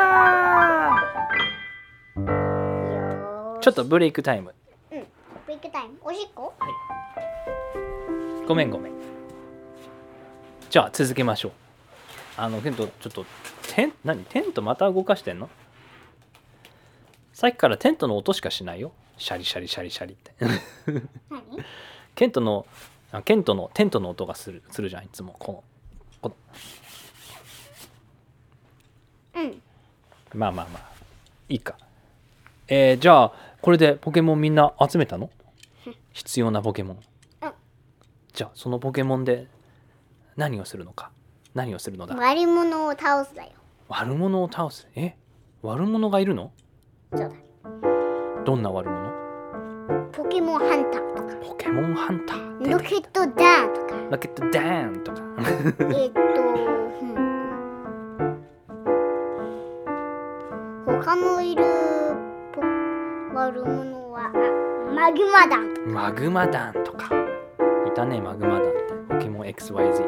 ー。 よーしちょっとブレイクタイム。 ブレイクタイム。おしっこごめん。じゃあ続けましょう。ケントちょっとテントまた動かしてんの？さっきからテントの音しかしないよ。シャリシャリシャリシャリって何ケントのテントの音がするじゃんいつもこまあいいか。じゃあこれでポケモンみんな集めたの？必要なポケモン。じゃあそのポケモンで何をするのだ？ 悪者を倒すだよ。 悪者を倒す。悪者がいるの？ そうだ。 どんな悪者？ ポケモンハンターとか。 ポケモンハンター。 ロケットダーンとか。 ロケットダーンとか。 他のいる悪者はマグマダンとか。 マグマダンとか。いたねマグマダンってポケモン XYZ。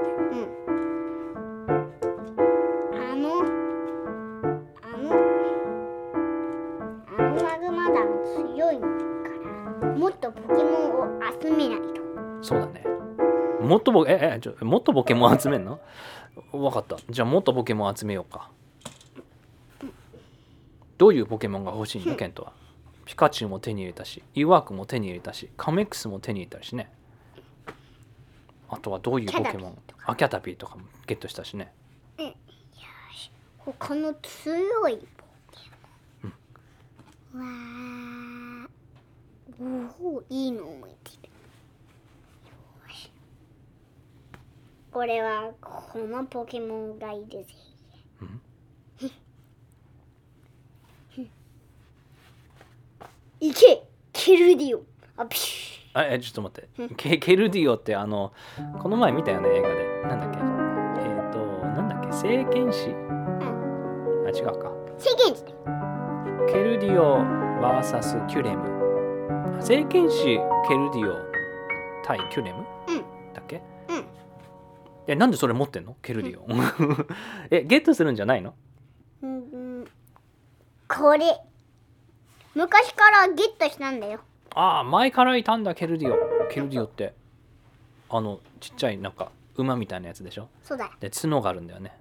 マグマダン強いからもっとポケモンを集めないと。 そうだね。もっとポケモン集めんの？わかった。じゃあもっとポケモン集めようか。どういうポケモンが欲しいのケントは？ピカチュウも手に入れたし、イワークも手に入れたし、カメックスも手に入れたしね。あとはどういうポケモン？キャタピーとかもゲットしたしね。 よし。他の強いポケモン。いいの思いついた。よし。俺はこのポケモンがいるぜ。いけケルディオ。 ちょっと待って。ケルディオってこの前見たよね映画で。なんだっけ聖剣士？違うか。 聖剣士だよ。 ケルディオ vs キュレム。聖剣士ケルディオ対キュレム？だっけ？なんでそれ持ってんの？ケルディオ。ゲットするんじゃないの？ これ昔からゲットしたんだよ。 前からいたんだケルディオってちっちゃいなんか馬みたいなやつでしょ。 そうだ。 で角があるんだよね。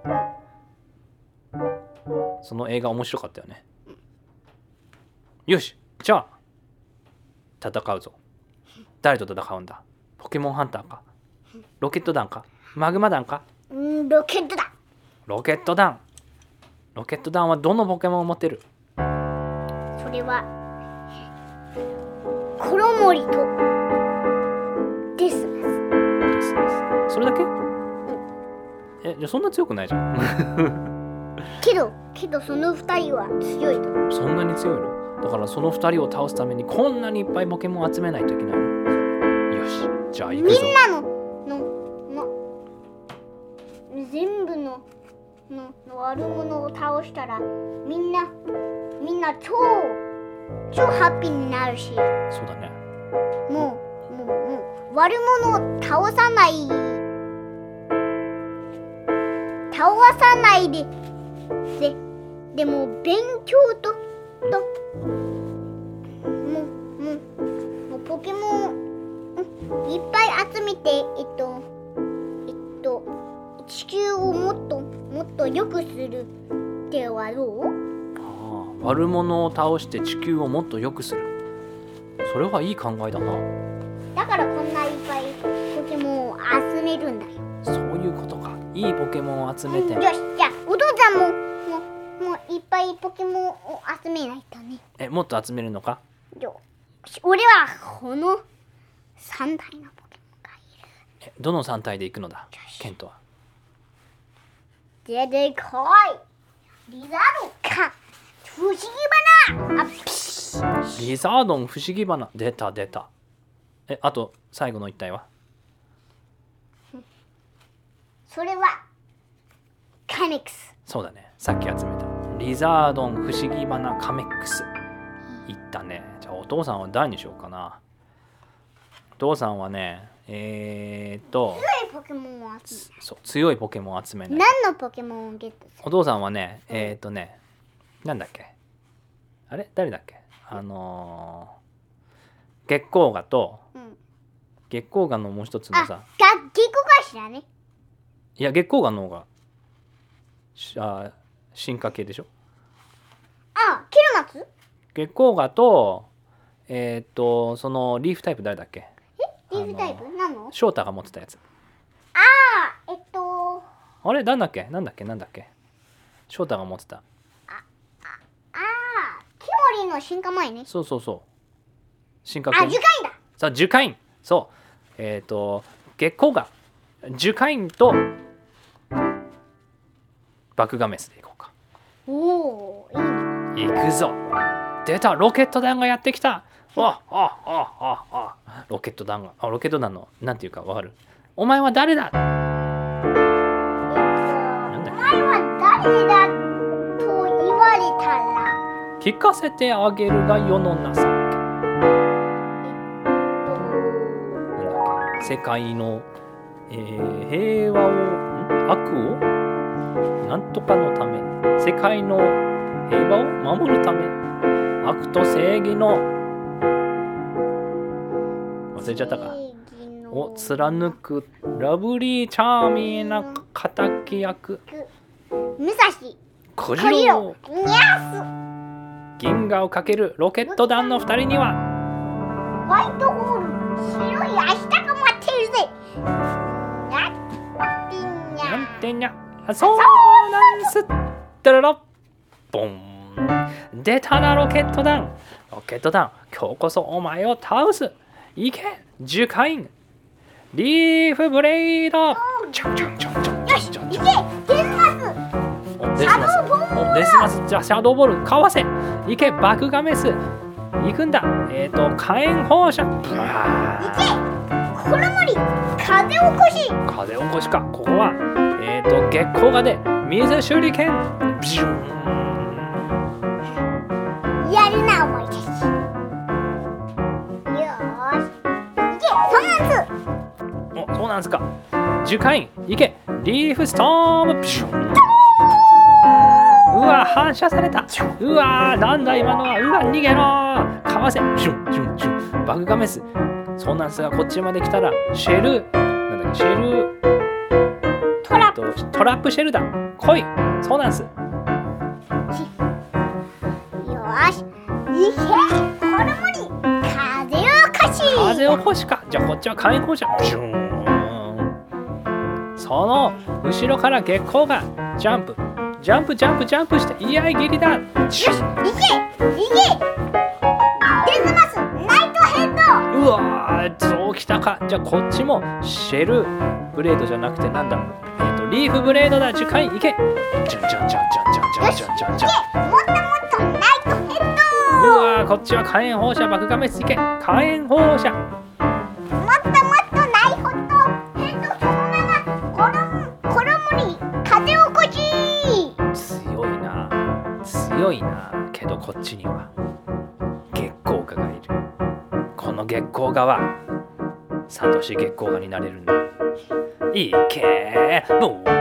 その映画面白かったよね。よしじゃあ戦うぞ。誰と戦うんだ？ポケモンハンターかロケット弾かマグマ弾か？ ロケットだ。 ロケット弾はどのポケモンを持ってる？ それはコロモリとデスマス。 それだけ？じゃあそんな強くないじゃん。 けどその2人は強いと。 そんなに強いの？だからその2人を倒すためにこんなにいっぱいポケモンを集めないといけないの？よしじゃあ行くぞ。 みんなの全部の悪者を倒したらみんな超ハッピーになるし。 そうだね。 もう悪者を倒さないでも勉強ともうポケモンいっぱい集めて地球をもっと良くするってはどう？ 悪者を倒して地球をもっと良くする。それはいい考えだな。 だからこんないっぱいポケモンを集めるんだよ。 そういうことか。いいポケモンを集めて。 よしじゃあお父さんもいっぱいポケモンを集めないとね。 もっと集めるのか？ よし俺はこの3体のポケモンがいる。 どの3体で行くのだケントは？ 出てこいリザードか不思議花。 リザードン不思議花。出た。あと最後の1体は？ それはカメックス。 そうだね。さっき集めたリザードン不思議花カメックスいったね。じゃあお父さんは誰にしようかな。お父さんはね強いポケモンモン集めそう、強いポケモンを集めない。 何のポケモンをゲットする？ お父さんはね、なんだっけ、あれ誰だっけ、月光河と、月光河のもう一つのさ、 月光河知らね。 いや月光河の方が進化系でしょ。 キルマツ？ 月光河とそのリーフタイプ誰だっけ？ リーフタイプ？何の？ 翔太が持ってたやつ。あれなんだっけ翔太が持ってた。 キモリの進化前ね。 そう進化系。 樹海だ。 さあ樹海。そう月光河樹海とバクガメスでいこうか。 おお、いいね。 行くぞ。出た、ロケット弾がやってきた。ロケット弾のなんていうかわかる？お前は誰だ？ お前は誰だと言われたら聞かせてあげるが世の情け。なんだっけ、世界の、平和を悪をなんとかのため、世界の平和を守るため、悪と正義の忘れちゃったかを貫くラブリーチャーミーな敵役武蔵小次郎、銀河をかけるロケット団の2人にはホワイトホール白い明日が待ってるぜ。 なんてにゃ、そうなんすってるろ、ボン。出たなロケット団。今日こそお前を倒す。行け樹海リーフブレイド。チャンチャンチャンチャンチャンチャンチャン。デスマス。じゃあシャドーボールかわせ。行けバクガメス。行くんだ。火炎放射。行けコロモリ風起こしか。ここは月光河で水手裏剣。ビューン。 やるなお前たち。よーし行けそうなんすか。樹海行けリーフストーム。ビューン。うわ反射された。うわなんだ今のは。うわ逃げろかわせ。バグガメス。そうなんすがこっちまで来たらシェルトラップシェルだ。来い。そうなんす。 よーし行けコロモリ風起こしか。じゃあこっちは火炎放射。その後ろから月光がジャンプして居合切りだ。 よし行けデズマスナイトヘッド。 うわそうきたか。じゃあこっちもシェルブレードじゃなくてなんだリーフブレードだ。樹海行け。ジャンジャンジャンジャンジャンジャンジャンジャンジャン。 もっとナイトヘッド。 うわこっちは火炎放射。バクガメス行け火炎放射。 もっとナイトヘッド。そのままコロモリ風起こし。 強いな。けどこっちには月光河がいる。この月光河はサトシ月光河になれるんだ。いけーボー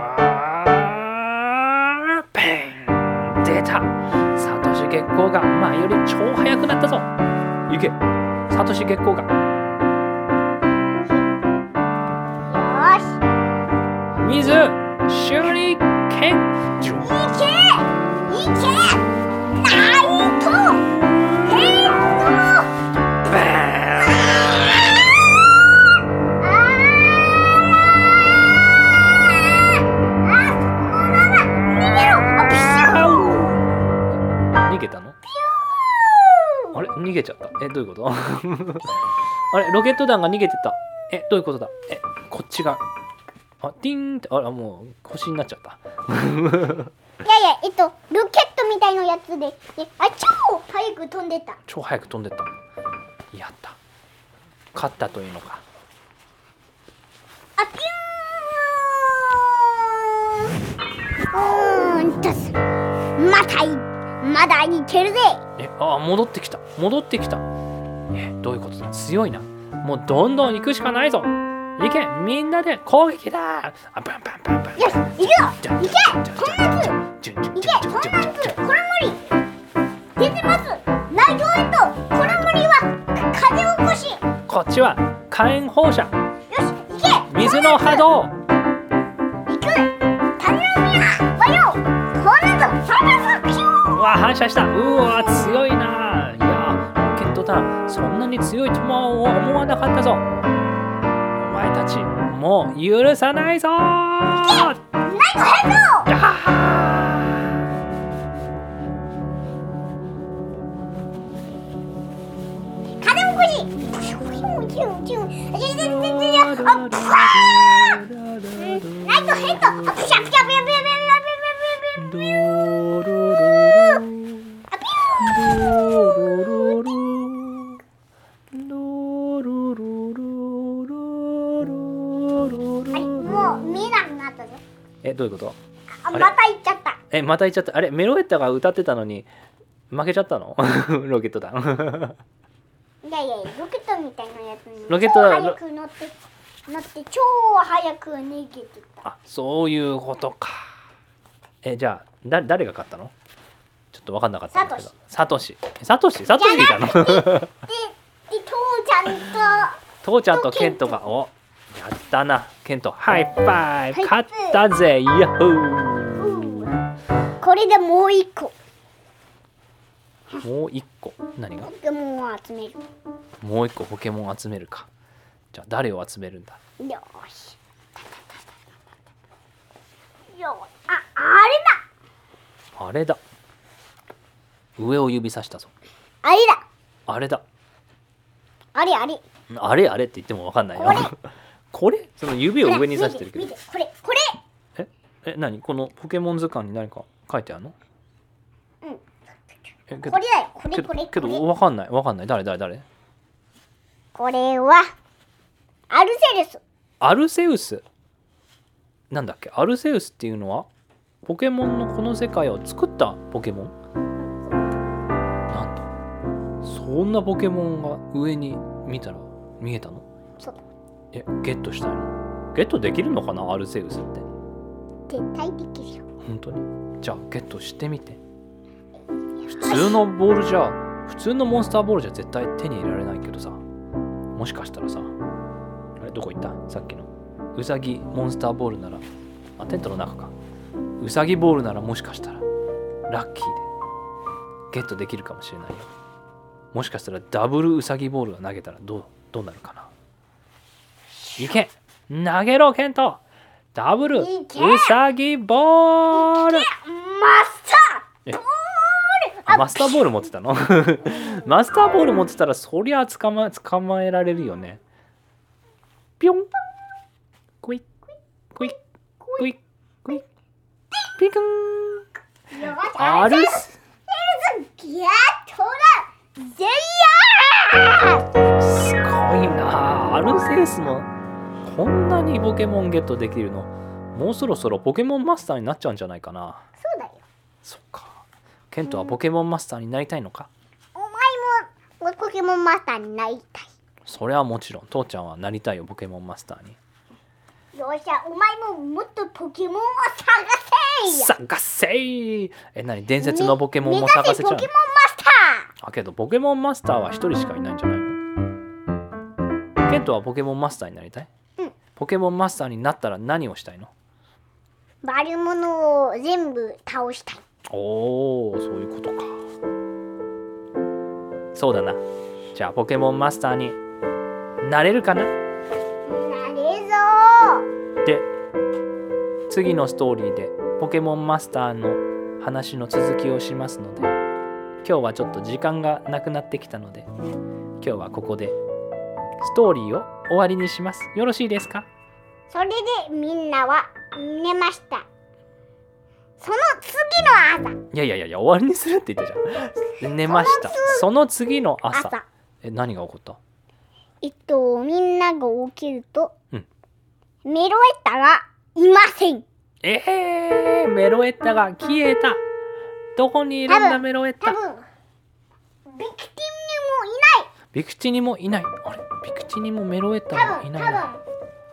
ペン。出たサトシ月光河前より超速くなったぞ。いけサトシ月光河。 よし水手裏剣。 いけナイトヘッド。 バーン。逃げたの？あれ逃げちゃった。どういうことあれロケット弾が逃げてた。どういうことだ。こっちがティーンってもう星になっちゃったいやロケットみたいなやつで、超早く飛んでった。 やった。勝ったというのか。 ピューンまだいけるぜ。 戻ってきた。どういうことだ。強いな。もうどんどん行くしかないぞ。 いけみんなで攻撃だ。あバンバンバンバン。 よし、行くよ。行け、そんなやつ。行け、そんなやつ。これ無理。出てます。内臓へと、これ無理は風を起こし。 こっちは火炎放射。 よし、行け。 水の波動。 行く。種の実はよ。こんなぞ、そんなぞ、ピュー。 うわ反射した。うわ強いな。いやロケット弾そんなに強いとは思わなかったぞ。お前たちもう許さないぞ。 ナイトヘッド。風を起こし。ピューピューピューピュー。あ、プワー。ナイトヘッド。あ、ピシャピシャピシャピシャピシャピシャピシャピシャ。あ、ピュー。もう見えなくなったぞ。 どういうこと？ あ、また行っちゃった。 また行っちゃった。あれメロエッタが歌ってたのに負けちゃったの？ロケット弾。 いやいや、ロケットみたいなやつにロケット超早く乗って超早く逃げてた。 あ、そういうことか。じゃあ誰が勝ったの？ちょっと分かんなかったんだけど。サトシいたの？ で、父父ちゃんとケントがやったな。ケントハイファイブ、勝ったぜ。ヤッホー。 これでもう一個もう一個何が？ ポケモンを集める。 もう一個ポケモンを集めるか。じゃあ誰を集めるんだ？ よし。あれだ。上を指さしたぞ。 れだ。 あれだ。 あれ。 あれって言っても分かんないよ。これ？その指を上に指してるけど。 見てこれ。 何？このポケモン図鑑に何か書いてあるの？ うん。 これだよ。これ。 けど分かんない。誰？ これはアルセウス。 アルセウス。なんだっけ？アルセウスっていうのはポケモンのこの世界を作ったポケモン？なんだ。そんなポケモンが上に見たら見えたの？ そうだ。 ゲットしたいの？ゲットできるのかな？アルセウスって絶対できるよ。 本当に？じゃあゲットしてみて。普通のモンスターボールじゃ絶対手に入れられないけどさ、もしかしたらさ、あれどこ行った？さっきのウサギモンスターボールなら、テントの中か。ウサギボールならもしかしたらラッキーでゲットできるかもしれないよ。もしかしたらダブルウサギボールが投げたらどうなるかな。いけ、投げろケント。ダブルウサギボール。 マスターボール。 マスターボール持ってたの？マスターボール持ってたらそりゃ捕まえられるよね。ピョンクイックイックイックイッピクン。アルスギャットだゼイヤー。 すごいな。アルセウスもこんなにポケモンゲットできるの？もうそろそろポケモンマスターになっちゃうんじゃないかな。 そうだよ。 そっか。ケントはポケモンマスターになりたいのか？ お前もポケモンマスターになりたい。 それはもちろん。父ちゃんはなりたいよ、ポケモンマスターに。 よっしゃ、お前ももっとポケモンを探せ。何？伝説のポケモンも探せちゃうの？ ポケモンマスター。 けどポケモンマスターは一人しかいないんじゃないの？ケントはポケモンマスターになりたい？ うん。 ポケモンマスターになったら何をしたいの？ 悪者を全部倒したい。 おー、そういうことか。そうだな。じゃあポケモンマスターになれるかな？ なれぞー。で、次のストーリーでポケモンマスターの話の続きをしますので、今日はちょっと時間がなくなってきたので、今日はここでストーリーを終わりにします。よろしいですか？ それでみんなは寝ました。その次の朝。 いや終わりにするって言ったじゃん。寝ました。その次の朝。何が起こった？ みんなが起きると、 うん、 メロエッタがいません。 メロエッタが消えた。どこにいるんだメロエッタ？ 多分ビクティにもいない。 ビクチにもいない。あれ？ビクチにもメロエッタもいないな。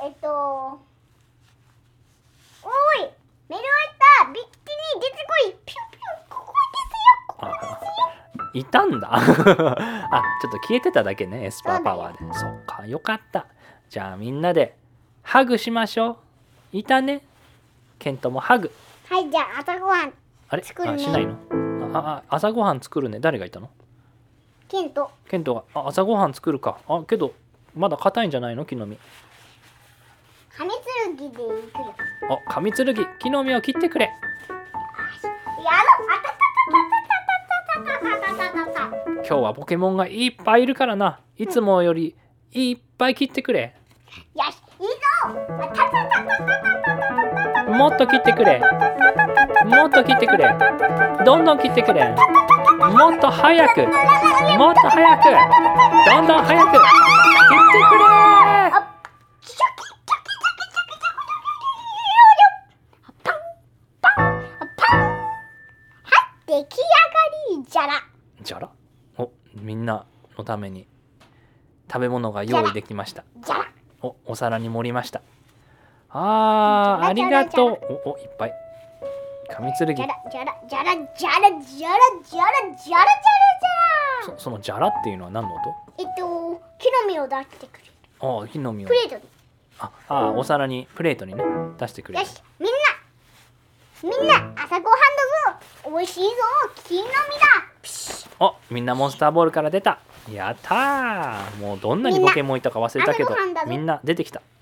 おいメロエタビキティに出てこいピュンピュンここですよいたんだあ、ちょっと消えてただけね、エスパーパワーで。そっか、よかった。じゃあみんなでハグしましょう。いたね。ケントもハグ。 はいじゃあ朝ごはんあれ作るねしないの？朝ごはん作るね。誰がいたの？ ケントケントが朝ごはん作るか。けどまだ硬いんじゃないの？木の実。 カミツルギでいくよカミツルギ、木の実を切ってくれ。 やろあたたたたたたたたたたたた今日はポケモンがいっぱいいるからな。いつもよりいっぱい切ってくれ。 よしいいぞたたたたたたたもっと切ってくれ。もっと切ってくれ。どんどん切ってくれ。もっと早く。もっと早く。どんどん早く。切ってくれ。 出来上がりじゃらじゃら。みんなのために食べ物が用意できました。 じゃらお皿に盛りました。ありがとう。いっぱい。カミツルギ。 じゃらじゃらじゃらじゃらじゃらじゃらじゃらじゃらじゃらそのじゃらっていうのは何の音？ 木の実を出してくれる木の実をプ。レートにお皿にプレートにね出してくれる。 よしみんな朝ごはんだぞおいしいぞ木の実だピシッみんなモンスターボールから出た。やったー。もうどんなにポケモンいたか忘れたけどみんな朝ごはんだぞみんな出てきた。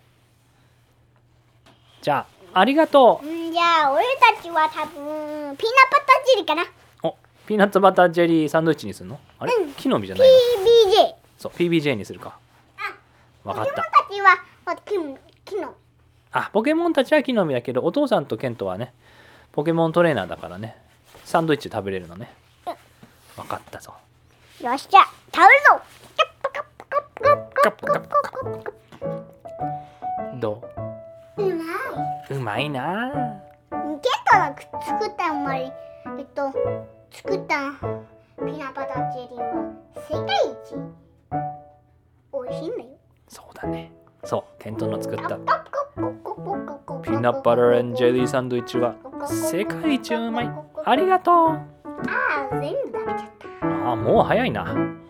じゃあありがとう。 じゃあ俺たちは多分ピーナッパタージェリーかなピーナッツバタージェリーサンドイッチにするの？あれ、木の実じゃないの？ PBJ そう PBJ にするか。わかっ子供た。 たちは木のポケモンたちは木の実だけどお父さんとケントはねポケモントレーナーだからねサンドイッチ食べれるのね。わかったぞ。 よしじゃあ食べるぞカップカップカップどうまいううまいな。 ケントが作った作ったピーナッツバタージェリーは世界一美味しいんだよそうだね。そうケントの作ったピピーナッツバタージェリーサンドイッチは世界一うまい。ありがとう。 全部食べちゃったもう早いな。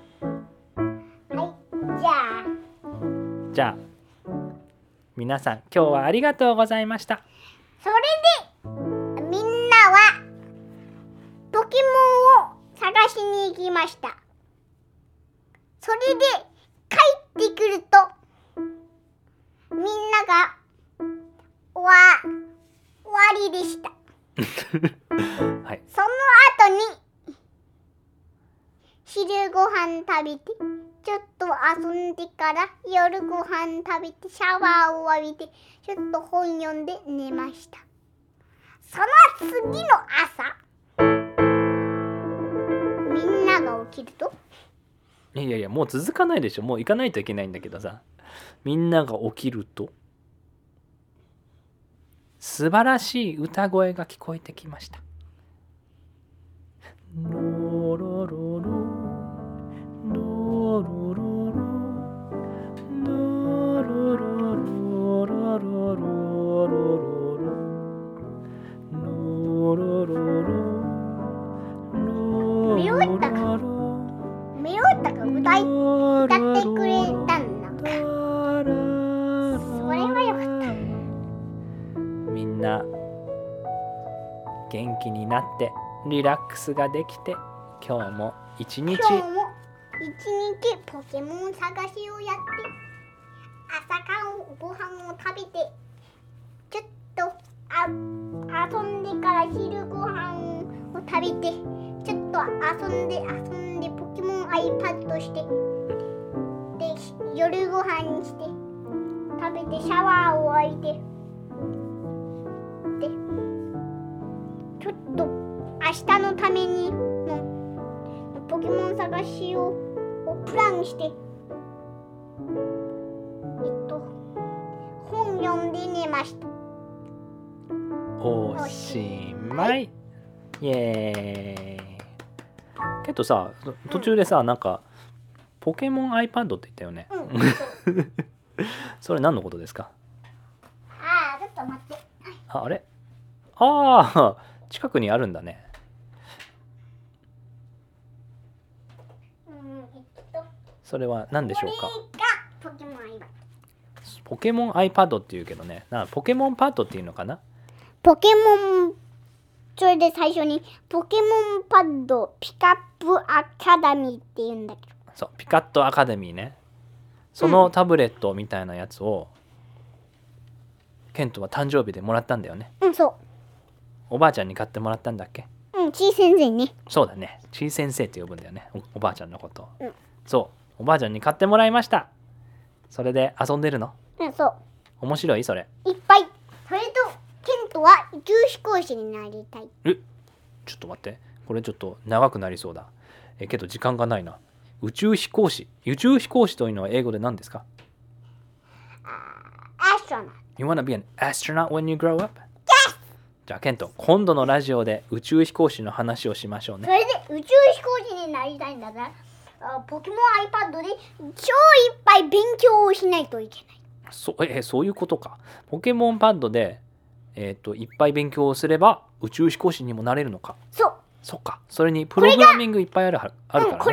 はいじゃあ皆さん今日はありがとうございました。 それでみんなはポケモンを探しに行きました。それで帰ってくるとみんなが終わりでしたはい。 その後に昼ご飯食べてちょっと遊んでから夜ご飯食べてシャワーを浴びてちょっと本読んで寝ました。その次の朝みんなが起きるといやもう続かないでしょ。もう行かないといけないんだけどさ。みんなが起きると素晴らしい歌声が聞こえてきました。ロロロロロロロロロロロロロロロメロッタが歌ってくれたんだからそれはよかった。 みんな元気になってリラックスができて今日も一日ポケモン探しをやって朝ごはんを食べてちょっと遊んでから昼ごはんを食べてちょっと遊んでポケモン iPad してで夜ごはんにして食べてシャワーを浴びてでちょっと明日のためにのポケモン探しをプランして本読んで寝ました。 おしまい。イエーイ。けどさ途中でさなんかポケモン iPad って言ったよね。それ何のことですか？ と待って。 あれああ、近くにあるんだね。それは何でしょうか。 これがポケモン iPad。 ポケモン iPad っていうけどね。ポケモンパッドっていうのかな。 ポケモン、それで最初にポケモンパッドピカップアカデミーって言うんだけど。 そう、ピカットアカデミーね。そのタブレットみたいなやつを、ケントは誕生日でもらったんだよね。 うん、そう。 おばあちゃんに買ってもらったんだっけ。 うん、ちい先生ね。 そうだね。ちい先生って呼ぶんだよね。おばあちゃんのこと。 うん。 そう、おばあちゃんに買ってもらいました。それで遊んでるの。 うん、そう。 面白いそれ。 いっぱい。それとケントは宇宙飛行士になりたい。 ちょっと待って。これちょっと長くなりそうだ。けど時間がないな。宇宙飛行士。宇宙飛行士というのは英語で何ですか？ Astronaut. You wanna be an astronaut when you grow up? Yes! じゃあケント、今度のラジオで宇宙飛行士の話をしましょうね。 それで宇宙飛行士になりたいんだな。ポケモン iPad で超いっぱい勉強をしないといけない。 そういうことか。ポケモンパッドで、いっぱい勉強をすれば宇宙飛行士にもなれるのか。 そう。 そっか。それにプログラミングいっぱいあるから、ね。 これ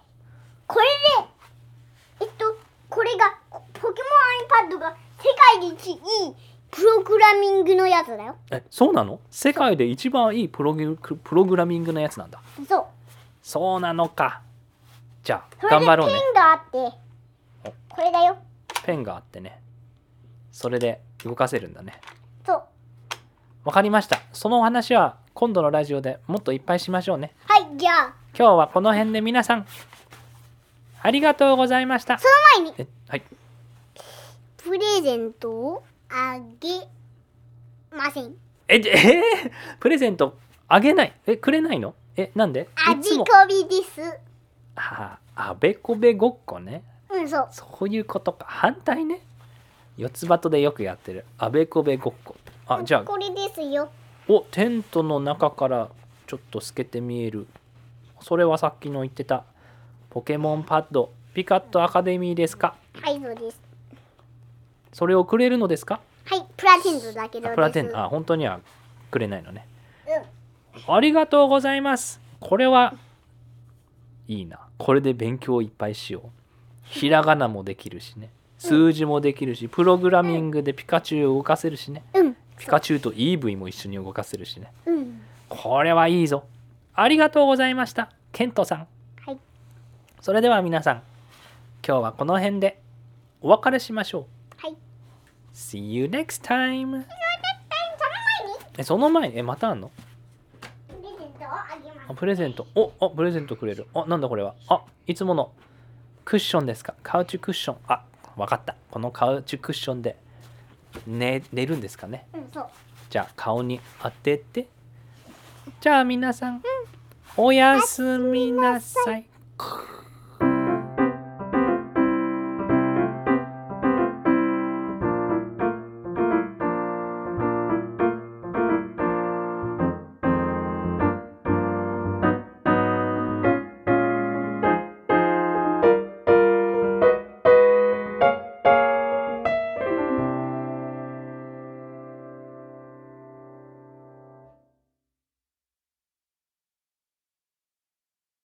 がポケモン iPad が世界で一いいプログラミングのやつだよ。 そうなの？世界で一番いいプログラミングのやつなんだ。 そう。 そうなのか。じゃあ頑張ろうね。 ペンがあってこれだよ。 ペンがあってね。それで動かせるんだね。 そう。 わかりました。そのお話は今度のラジオでもっといっぱいしましょうね。 はい、じゃあ今日はこの辺で皆さんありがとうございました。 その前にはい。 プレゼントをあげません。 プレゼントあげない。くれないの？なんで？ あじこびです。 あべこべごっこね。 うん、そう。 そういうことか。反対ね。四つ葉とでよくやってるあべこべごっこ。じゃあこれですよ。 テントの中からちょっと透けて見える。それはさっきの言ってたポケモンパッドピカットアカデミーですか？ はい、そうです。 それをくれるのですか？ はい、プラテントだけどです。 プラテント、本当にはくれないのね。 うん。 ありがとうございます。これはいいな。これで勉強いっぱいしよう。ひらがなもできるしね。数字もできるし、プログラミングでピカチュウを動かせるしね。 うん。 ピカチュウと EV も一緒に動かせるしね。 うん。 これはいいぞ。ありがとうございました。ケントさん。 はい。 それでは皆さん、今日はこの辺でお別れしましょう。 はい。 See you next time. その前にまたあんの？ プレゼントをあげます。 プレゼント。プレゼントくれる。なんだこれは。いつものクッションですか？カウチクッション。わかった。このカウチクッションで寝るんですかね。 うん、そう。 じゃあ顔に当てて。じゃあ皆さん、おやすみなさい。